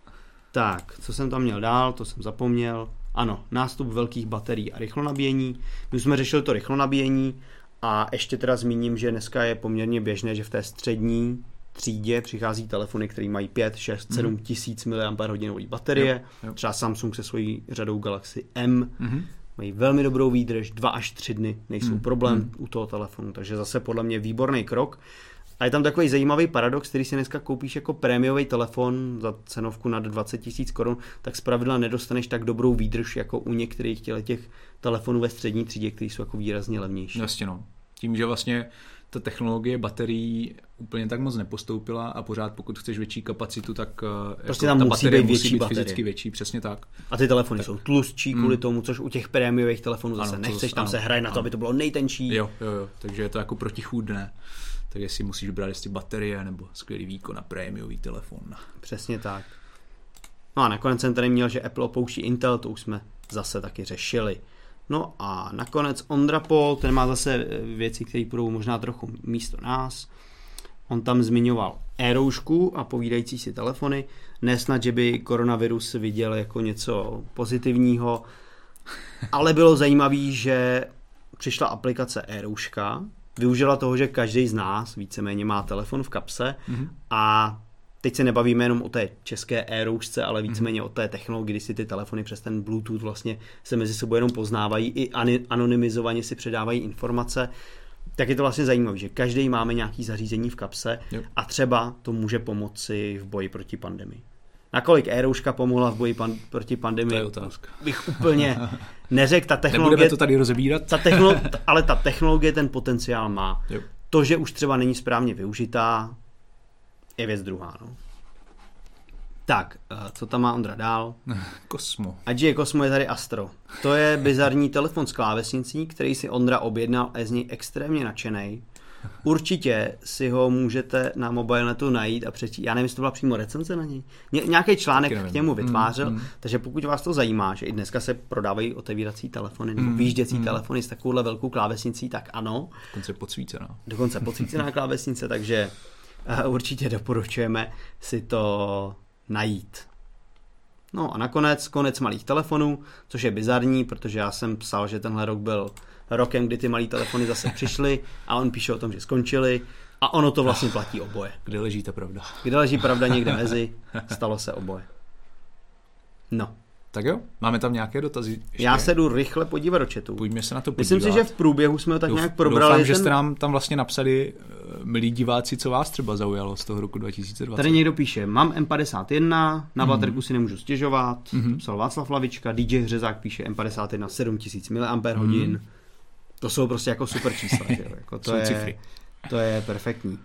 Tak, co jsem tam měl dál, to jsem zapomněl. Ano, nástup velkých baterií a rychlonabíjení. My jsme řešili to rychlonabíjení a ještě teda zmíním, že dneska je poměrně běžné, že v té střední třídě přichází telefony, které mají pět, šest, sedm tisíc miliampérhodin baterie. Jo, jo. Třeba Samsung se svojí řadou Galaxy M. Mm-hmm. Mají velmi dobrou výdrž, dva až tři dny nejsou mm. problém mm. u toho telefonu, takže zase podle mě výborný krok. A je tam takový zajímavý paradox, který si dneska koupíš jako prémiový telefon za cenovku nad dvacet tisíc korun, tak zpravidla nedostaneš tak dobrou výdrž jako u některých těch telefonů ve střední třídě, které jsou jako výrazně levnější. Jasně no. Tím, že vlastně ta technologie baterií úplně tak moc nepostoupila a pořád pokud chceš větší kapacitu, tak prostě jako tam ta musí baterie být musí větší být baterie. fyzicky větší, přesně tak. A ty telefony tak. jsou tlustší kvůli mm. tomu, což u těch prémiových telefonů zase ano, nechceš, to, tam ano, se hraje na to, ano. aby to bylo nejtenčí. Jo, jo, jo, takže je to jako protichůdné. Tak jestli musíš brát jestli baterie nebo skvělý výkon na prémiový telefon. Přesně tak. No a nakonec jsem tady měl, že Apple opouští Intel, to už jsme zase taky řešili. No a nakonec Ondra Pol, ten má zase věci, které budou možná trochu místo nás. On tam zmiňoval e-roušku a povídající si telefony. Nesnad, že by koronavirus viděl jako něco pozitivního, ale bylo zajímavé, že přišla aplikace e-rouška, využila toho, že každý z nás víceméně má telefon v kapse mm-hmm. a teď se nebavíme jenom o té české e-roušce, ale víceméně mm-hmm. o té technologii, kdy si ty telefony přes ten Bluetooth vlastně se mezi sebou jenom poznávají i anonymizovaně si předávají informace. tak je to vlastně zajímavé, že každý máme nějaký zařízení v kapse jo. a třeba to může pomoci v boji proti pandemii. Nakolik e-rouška pomohla v boji pan, proti pandemii? To je otázka. Bych úplně neřekl, ta technologie... Nebudeme to tady rozebírat? Ta technolo, ale ta technologie ten potenciál má. Jo. To, že už třeba není správně využitá, je věc druhá. No. Tak, co tam má Ondra dál? Kosmo. Ať je Kosmo, je tady Astro. To je bizarní telefon s klávesnicí, který si Ondra objednal a je z něj extrémně nadšenej. Určitě si ho můžete na mobilnetu najít a přečíst. Já nevím, jestli to byla přímo recenze na něj. Ně, nějaký článek k němu vytvářel, mm, mm. takže pokud vás to zajímá, že i dneska se prodávají otevírací telefony nebo mm, výjížděcí mm. telefony s takovouhle velkou klávesnicí, tak ano. Dokonce podsvícená. Dokonce podsvícená klávesnice, takže uh, určitě doporučujeme si to najít. No a nakonec konec malých telefonů, což je bizarní, protože já jsem psal, že tenhle rok byl rokem, kdy ty malý telefony zase přišly a on píše o tom, že skončily a ono to vlastně platí oboje. Kde leží ta pravda? Kde leží pravda někde mezi, stalo se oboje. No. Tak jo, máme tam nějaké dotazy ještě? Já se jdu rychle podívat do chatu. Pojďme se na to podívat. Myslím si, že v průběhu jsme to tak Douf, nějak probrali. Doufám, ten... že jste nám tam vlastně napsali, milí diváci, co vás třeba zaujalo z toho roku dva tisíce dvacet. Tady někdo píše, mám M padesát jedna, na baterku mm. si nemůžu stěžovat, mm-hmm. psal Václav Lavička, D J Hřezák píše M padesát jedna sedm tisíc miliampérhodin. Mm. To jsou prostě jako super čísla, že jo? Jako to, je, cifry. To je perfektní.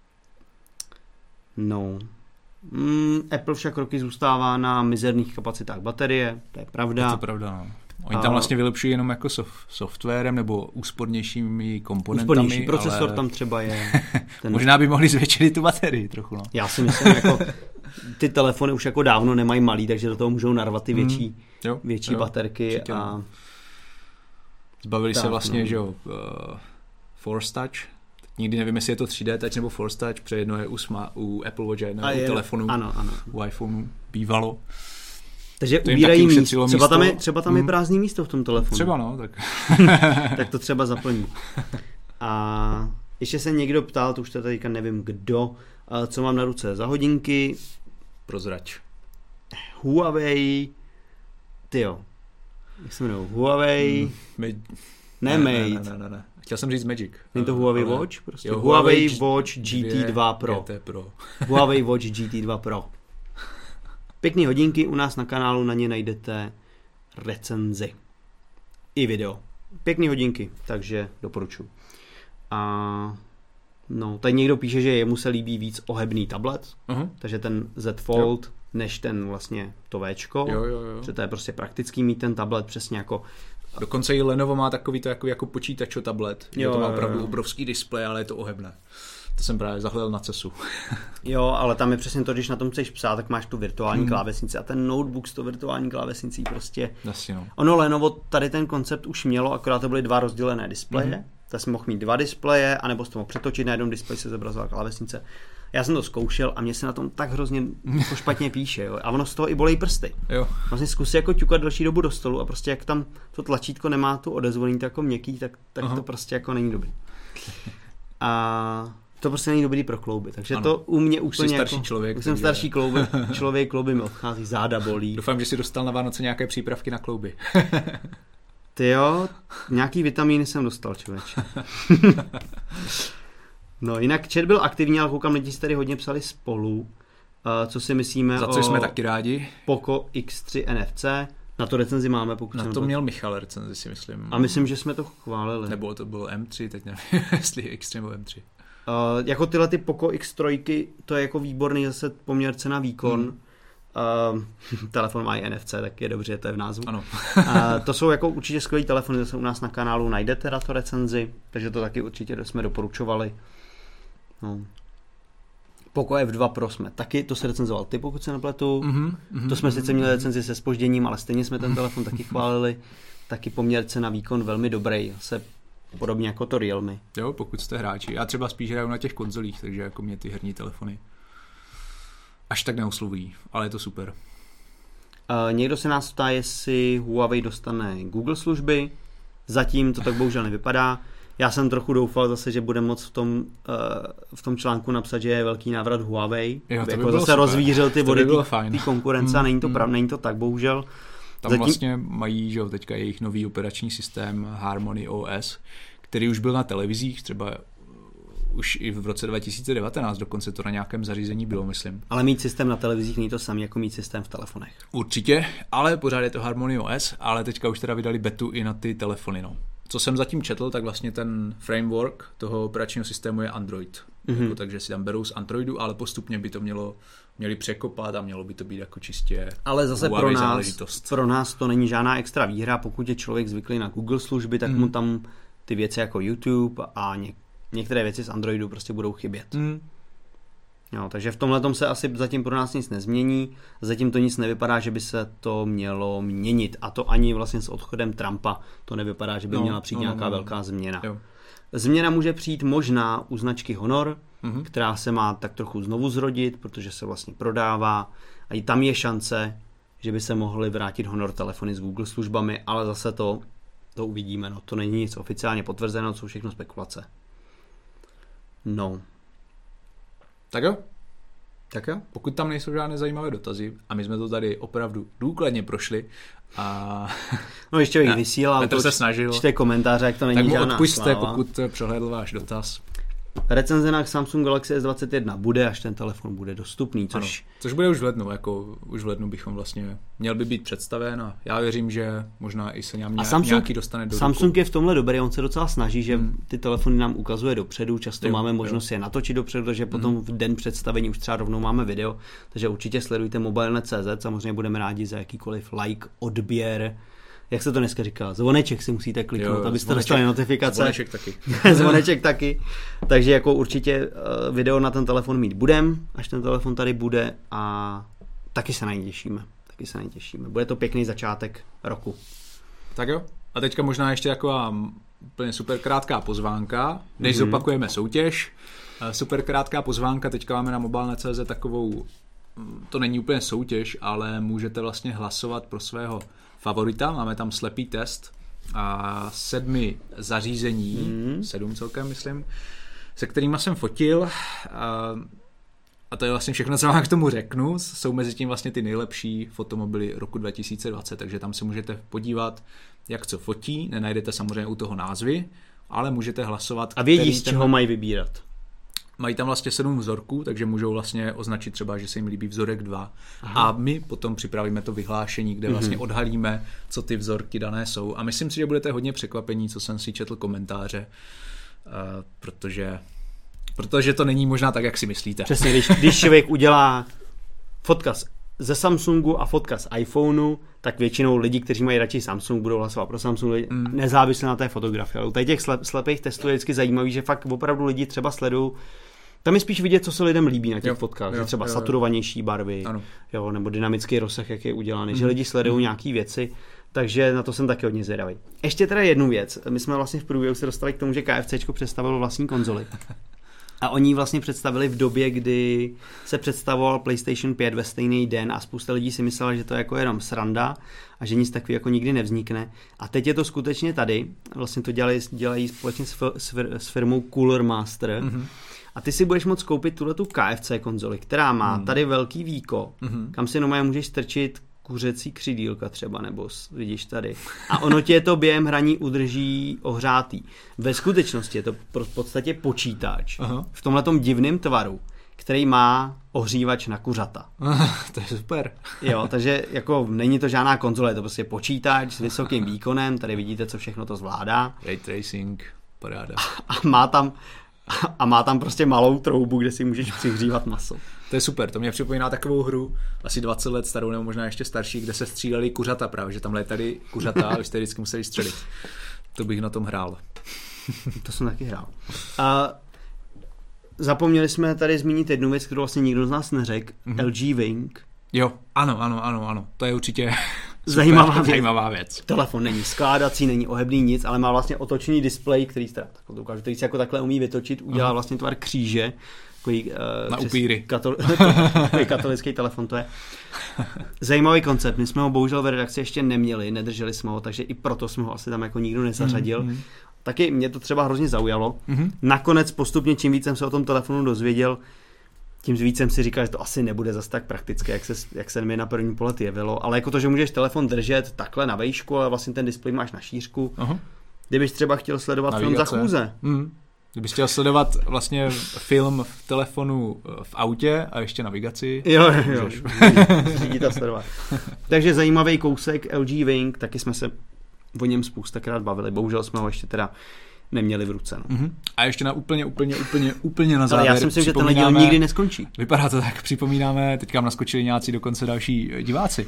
No. Mm, Apple však roky zůstává na mizerných kapacitách baterie, to je pravda. Je to pravda, no. Oni tam vlastně vylepšují jenom jako soft, softwarem nebo úspornějšími komponentami. Úspornější procesor ale... tam třeba je. Ten... Možná by mohli zvětšit tu baterii trochu, no. Já si myslím, jako ty telefony už jako dávno nemají malý, takže do toho můžou narvat ty větší, mm, jo, větší jo, baterky. Určitě. A... Zbavili tak, se vlastně, no. že jo, uh, Force Touch. Nikdy nevím, jestli je to tři dé Touch nebo Force Touch, přejedno je u, sma- u Apple Watch, jedno je u telefonu, ano, ano. u iPhoneu bývalo. Takže ubírají místo. Třeba tam je, třeba tam je prázdný místo v tom telefonu. Třeba no, tak. Tak to třeba zaplní. A ještě se někdo ptal, to už to teďka nevím kdo, co mám na ruce za hodinky. Prozrač. Huawei, tyjo, jak se jmenují, Huawei, mm, ma- ne, ne, Mate. Ne, ne, ne, ne. Chtěl jsem říct Magic. Není to Huawei ale... Watch? Prostě. Jo, Huawei Watch G T dva Pro. G T Pro. Huawei Watch G T dva Pro. Pěkný hodinky, u nás na kanálu na ně najdete recenzi. I video. Pěkný hodinky, takže doporučuji. A no, tady někdo píše, že jemu se líbí víc ohebný tablet, uh-huh. takže ten Z Fold, jo. než ten vlastně to Včko. Jo, jo, jo. Že to je prostě praktický mít ten tablet přesně jako... Dokonce i Lenovo má takový to jako, jako počítačo tablet. Jo, to má opravdu jo. obrovský displej, ale je to ohebné. To jsem právě zahledal na cesu. Jo, ale tam je přesně to, když na tom chceš psát, tak máš tu virtuální hmm. klávesnici a ten notebook s tou virtuální klávesnicí prostě... Jasně, no. Ono Lenovo tady ten koncept už mělo, akorát to byly dva rozdělené displeje. Hmm. Tak jsem mohl mít dva displeje, anebo jsem mohl přetočit, na jednom displeji se zobrazovala klávesnice. Já jsem to zkoušel a mě se na tom tak hrozně jako špatně píše. Jo. A ono z toho i bolej prsty. Jo. Vlastně zkusí jako ťukat delší dobu do stolu a prostě jak tam to tlačítko nemá tu odezvu, není to jako měkký, tak, tak to prostě jako není dobrý. A to prostě není dobrý pro klouby. Takže ano. To u mě úplně Jsi starší jako, člověk. Už jsem starší klouby, člověk, klouby mi odchází, záda bolí. Doufám, že jsi dostal na Vánoce nějaké přípravky na klouby. Ty jo, nějaký vitamíny jsem dostal, člověče. No jinak chat byl aktivní, ale koukám, lidi si tady hodně psali spolu. Uh, co si myslíme Za co o jsme taky rádi. Poco X tři N F C. Na to recenzi máme, pokud Na jsem to měl Michal recenzi, si myslím. A myslím, že jsme to chválili. Nebo to bylo M tři, teď nevím, jestli X tři nebo M tři. Uh, jako tyhle ty Poco X tři, to je jako výborný zase poměr cena výkon. Hmm. Uh, telefon má i N F C, tak je dobře, to je v názvu. Ano. uh, to jsou jako určitě skvělý telefony, zase u nás na kanálu najdete na to recenzi, takže to taky určitě jsme doporučovali. No. Poco F dva Pro jsme taky, to se recenzoval ty, pokud se nepletu. Mm-hmm, mm-hmm, to jsme mm-hmm. sice měli recenzi se zpožděním, ale stejně jsme ten telefon taky chválili. Taky poměr cena výkon velmi dobrý, se podobně jako to Realme. Jo, pokud jste hráči. Já třeba spíš hraju na těch konzolích, takže jako mě ty herní telefony až tak neoslovují, ale je to super. Uh, někdo se nás ptá, jestli Huawei dostane Google služby. Zatím to tak bohužel nevypadá. Já jsem trochu doufal zase, že bude moc v tom, uh, v tom článku napsat, že je velký návrat Huawei. Jo, jako zase super. Rozvířil ty vody té konkurence mm, a není to, mm. prav, není to tak, bohužel. Tam Zatím... vlastně mají, že jo, teďka jejich nový operační systém Harmony O S, který už byl na televizích, třeba už i v roce dva tisíce devatenáct, dokonce to na nějakém zařízení bylo, myslím. Ale mít systém na televizích není to samé jako mít systém v telefonech. Určitě, ale pořád je to Harmony O S, ale teďka už teda vydali betu i na ty telefony, no. Co jsem zatím četl, tak vlastně ten framework toho operačního systému je Android. Mm-hmm. Jako, takže si tam berou z Androidu, ale postupně by to mělo měli překopat a mělo by to být jako čistě ale zase pro nás, pro nás to není žádná extra výhra, pokud je člověk zvyklý na Google služby, tak mm. mu tam ty věci jako YouTube a ně, některé věci z Androidu prostě budou chybět. Mm. Jo, takže v tomhletom se asi zatím pro nás nic nezmění, zatím to nic nevypadá, že by se to mělo měnit a to ani vlastně s odchodem Trumpa to nevypadá, že by no, měla přijít no, nějaká no, velká no. změna. Jo. Změna může přijít možná u značky Honor, mm-hmm. která se má tak trochu znovu zrodit, protože se vlastně prodává a i tam je šance, že by se mohly vrátit Honor telefony s Google službami, ale zase to, to uvidíme, no. To není nic oficiálně potvrzeno, to jsou všechno spekulace. No. Tak jo. Tak jo. Pokud tam nejsou žádné zajímavé dotazy a my jsme to tady opravdu důkladně prošli a... No ještě bych vysílal, to se snažil. Čte komentáře, jak to není tak žádná Tak mu odpusťte, sláva. pokud přehlédl váš dotaz. Recenze na Samsung Galaxy S dvacet jedna bude, až ten telefon bude dostupný, což... Ano, což bude už v lednu, jako už v lednu bychom vlastně měl by být představen a já věřím, že možná i se nějak, a Samsung, nějaký dostane do Samsung ruku. Je v tomhle dobrý, on se docela snaží, že hmm. ty telefony nám ukazuje dopředu, často jo, máme možnost jo. je natočit dopředu, takže potom hmm. v den představení už třeba rovnou máme video, takže určitě sledujte mobile tečka cé zet, samozřejmě budeme rádi za jakýkoliv like, odběr, jak se to dneska říká, zvoneček si musíte kliknout, jo, abyste dostali notifikace. Zvoneček taky. Zvoneček taky. Takže jako určitě video na ten telefon mít budem, až ten telefon tady bude a taky se na něj těšíme. Taky se na něj těšíme. Bude to pěkný začátek roku. Tak jo. A teďka možná ještě taková úplně super krátká pozvánka, než mm-hmm. zopakujeme soutěž. Super krátká pozvánka, teďka máme na mobile tečka cé zet takovou, to není úplně soutěž, ale můžete vlastně hlasovat pro svého favorita, máme tam slepý test a sedmi zařízení, mm. sedm celkem myslím, se kterýma jsem fotil a, a to je vlastně všechno, co vám k tomu řeknu, jsou mezi tím vlastně ty nejlepší fotomobily roku dva tisíce dvacet, takže tam se můžete podívat, jak co fotí, nenajdete samozřejmě u toho názvy, ale můžete hlasovat. A vědí, z čeho ten... mají vybírat. Mají tam vlastně sedm vzorků, takže můžou vlastně označit třeba, že se jim líbí vzorek dva. Aha. A my potom připravíme to vyhlášení, kde vlastně mm-hmm. odhalíme, co ty vzorky dané jsou. A myslím si, že budete hodně překvapení, co jsem si četl komentáře, uh, protože, protože to není možná tak, jak si myslíte. Přesně, když, když člověk udělá fotka ze Samsungu a fotka z iPhoneu, tak většinou lidi, kteří mají radši Samsung, budou hlasovat pro Samsung, mm. nezávisle na té fotografii. Ale u těch slepých testů je vždycky zajímavý, že fakt opravdu lidi třeba sledují. Tam je spíš vidět, co se lidem líbí na těch jo, fotkách, jo, třeba jo, saturovanější barvy, jo, nebo dynamický rozsah, jak je udělaný, mm. že lidi sledují mm. nějaký věci, takže na to jsem taky hodně zvědavý. Ještě teda jednu věc, my jsme vlastně v průběhu se dostali k tomu, že KFCčko představilo vlastní konzoli. A oni vlastně představili v době, kdy se představoval PlayStation pět ve stejný den a spousta lidí si myslela, že to je jako jenom sranda a že nic takového jako nikdy nevznikne. A teď je to skutečně tady. Vlastně to dělají, dělají společně s, s, s firmou Cooler Master. Mm-hmm. A ty si budeš moct koupit tuhletu K F C konzoli, která má mm. tady velký víko, mm-hmm. kam si normálně můžeš strčit kuřecí křidílka třeba, nebo vidíš tady. A ono tě to během hraní udrží ohřátý. Ve skutečnosti je to v podstatě počítač Aha. v tomhletom divném tvaru, který má ohřívač na kuřata. To je super. Jo, takže jako není to žádná konzole, je to prostě počítač s vysokým výkonem, tady vidíte, co všechno to zvládá. Ray tracing, paráda. A, a má tam a má tam prostě malou troubu, kde si můžeš přihřívat maso. To je super, to mě připomíná takovou hru, asi dvacet let starou nebo možná ještě starší, kde se stříleli kuřata právě, že tam létali kuřata a jste vždycky museli střelit. To bych na tom hrál. To jsem taky hrál. A zapomněli jsme tady zmínit jednu věc, kterou vlastně nikdo z nás neřekl. Mm-hmm. L G Wing. Jo, ano, ano, ano, ano. To je určitě zajímavá, věc. zajímavá věc. Telefon není skládací, není ohebný nic, ale má vlastně otočný displej, který, takhle to ukážu, který si jako takhle umí vytočit, udělá uh-huh. vlastně tvar kříže. Takový, uh, na upíry. Katol- takový katolický telefon to je. Zajímavý koncept, my jsme ho bohužel v redakci ještě neměli, nedrželi jsme ho, takže i proto jsme ho asi tam jako nikdo nezařadil. Mm-hmm. Taky mě to třeba hrozně zaujalo. Mm-hmm. Nakonec postupně, čím víc jsem se o tom telefonu dozvěděl, tím víc jsem si říkal, že to asi nebude zas tak praktické, jak se, jak se mi na první pohled jevilo. Ale jako to, že můžeš telefon držet takhle na vejšku, ale vlastně ten displej máš na šířku, uh-huh. Kdybych třeba chtěl sledovat Navigace. film za chůze. Mm. Kdybych chtěl sledovat vlastně film v telefonu v autě a ještě navigaci. Jo, jo, jo. Řídit a sledovat. Takže zajímavý kousek L G Wing, taky jsme se o něm spoustakrát bavili, bohužel jsme ho ještě teda neměli v ruce. No. Mm-hmm. A ještě na úplně, úplně, úplně, úplně na závěr. Ale já si myslím, že tenhle díl nikdy neskončí. Vypadá to tak, připomínáme, teďka nám naskočili nějací dokonce další diváci.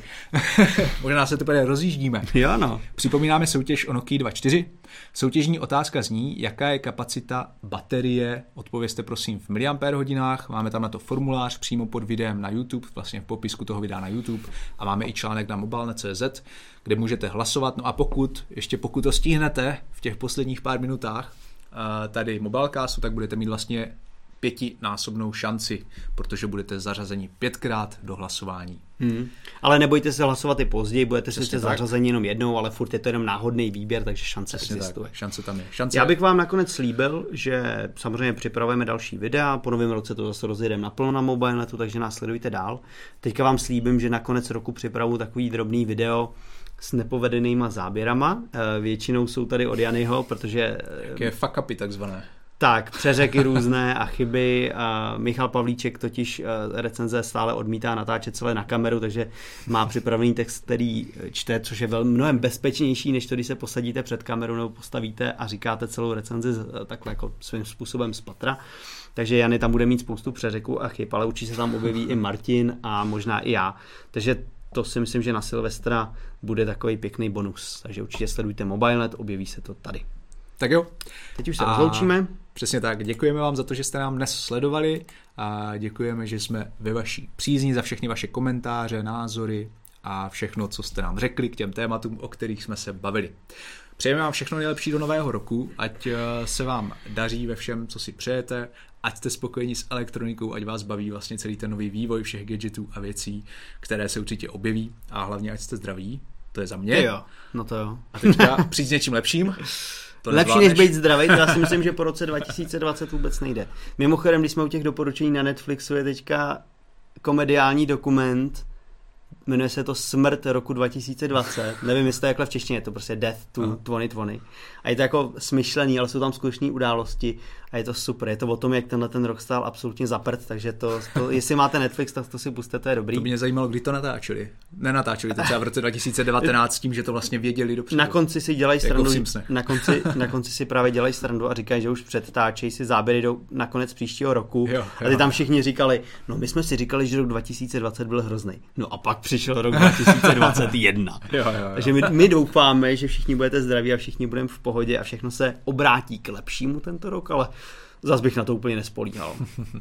Možná se teprve rozjíždíme. Jo, no. Připomínáme soutěž o Nokia dva čtyři. Soutěžní otázka zní, jaká je kapacita baterie. Odpovězte prosím v miliampér hodinách. Máme tam na to formulář přímo pod videem na YouTube, vlastně v popisku toho videa na YouTube. A máme i článek na mobilne tečka cé zet, kde můžete hlasovat. No a pokud, ještě pokud to stihnete v těch posledních pár minutách tady Mobilecastu, tak budete mít vlastně pětinásobnou šanci, protože budete zařazeni pětkrát do hlasování. Hmm. Ale nebojte se hlasovat i později, budete sice tak. zařazeni jenom jednou, ale furt je to jenom náhodný výběr, takže šance Přesně existuje. Tak. Šance tam je. Šance... Já bych vám nakonec slíbil, že samozřejmě připravujeme další videa, po novém roce to zase rozjedeme naplno na mobilenetu, takže nás sledujte dál. Teďka vám slíbím, že na konec roku připravu takový drobný video s nepovedenýma záběrama. Většinou jsou tady od Janyho, protože... Jaké fuck upy takzvané. Tak, přeřeky různé a chyby. A Michal Pavlíček totiž recenze stále odmítá natáčet celé na kameru, takže má připravený text, který čte, což je velmi mnohem bezpečnější, než to, když se posadíte před kameru nebo postavíte a říkáte celou recenzi takhle jako svým způsobem z patra. Takže Jany tam bude mít spoustu přeřeků a chyb, ale určitě se tam objeví i Martin a možná i já. Takže to si myslím, že na Silvestra bude takový pěkný bonus. Takže určitě sledujte Mobilenet, objeví se to tady. Tak jo. Teď už se rozloučíme. Přesně tak. Děkujeme vám za to, že jste nám dnes sledovali a děkujeme, že jsme ve vaší přízni, za všechny vaše komentáře, názory a všechno, co jste nám řekli k těm tématům, o kterých jsme se bavili. Přejeme vám všechno nejlepší do nového roku, ať se vám daří ve všem, co si přejete, ať jste spokojeni s elektronikou, ať vás baví vlastně celý ten nový vývoj všech gadgetů a věcí, které se určitě objeví a hlavně ať jste zdraví. To je za mě. Jo, no to jo. A teďka přijít s něčím lepším. To lepší než být zdravý, to já si myslím, že po roce dva tisíce dvacet vůbec nejde. Mimochodem, když jsme u těch doporučení na Netflixu, je teďka komediální dokument, jmenuje se to Smrt roku dva tisíce dvacet, nevím, jestli to je jakhle v češtině, je to prostě Death to dvacet dvacet. A je to jako smyšlený, ale jsou tam skutečné události a je to super. Je to o tom, jak tenhle ten rok stál absolutně za prd, takže to, to jestli máte Netflix, tak to si pusťte, to je dobrý. To by mě zajímalo, kdy to natáčeli. Nenatáčeli to třeba v roce dva tisíce devatenáct s tím, že to vlastně věděli dopředu. Na konci si dělají strandu, na konci, na konci si právě dělají strandu a říkají, že už předtáčejí si záběry do na konec příštího roku. Jo, jo. A ty tam všichni říkali, no my jsme si říkali, že rok dva tisíce dvacet byl hrozný. No a pak přišel rok dva tisíce dvacet jedna. Jo, jo, jo. Takže my, my doufáme, že všichni budete zdraví a všichni budeme v pohodě a všechno se obrátí k lepšímu tento rok, ale zas bych na to úplně nespolíhal.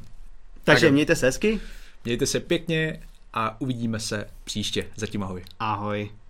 Takže tak mějte se hezky. Mějte se pěkně a uvidíme se příště. Zatím ahoj. Ahoj.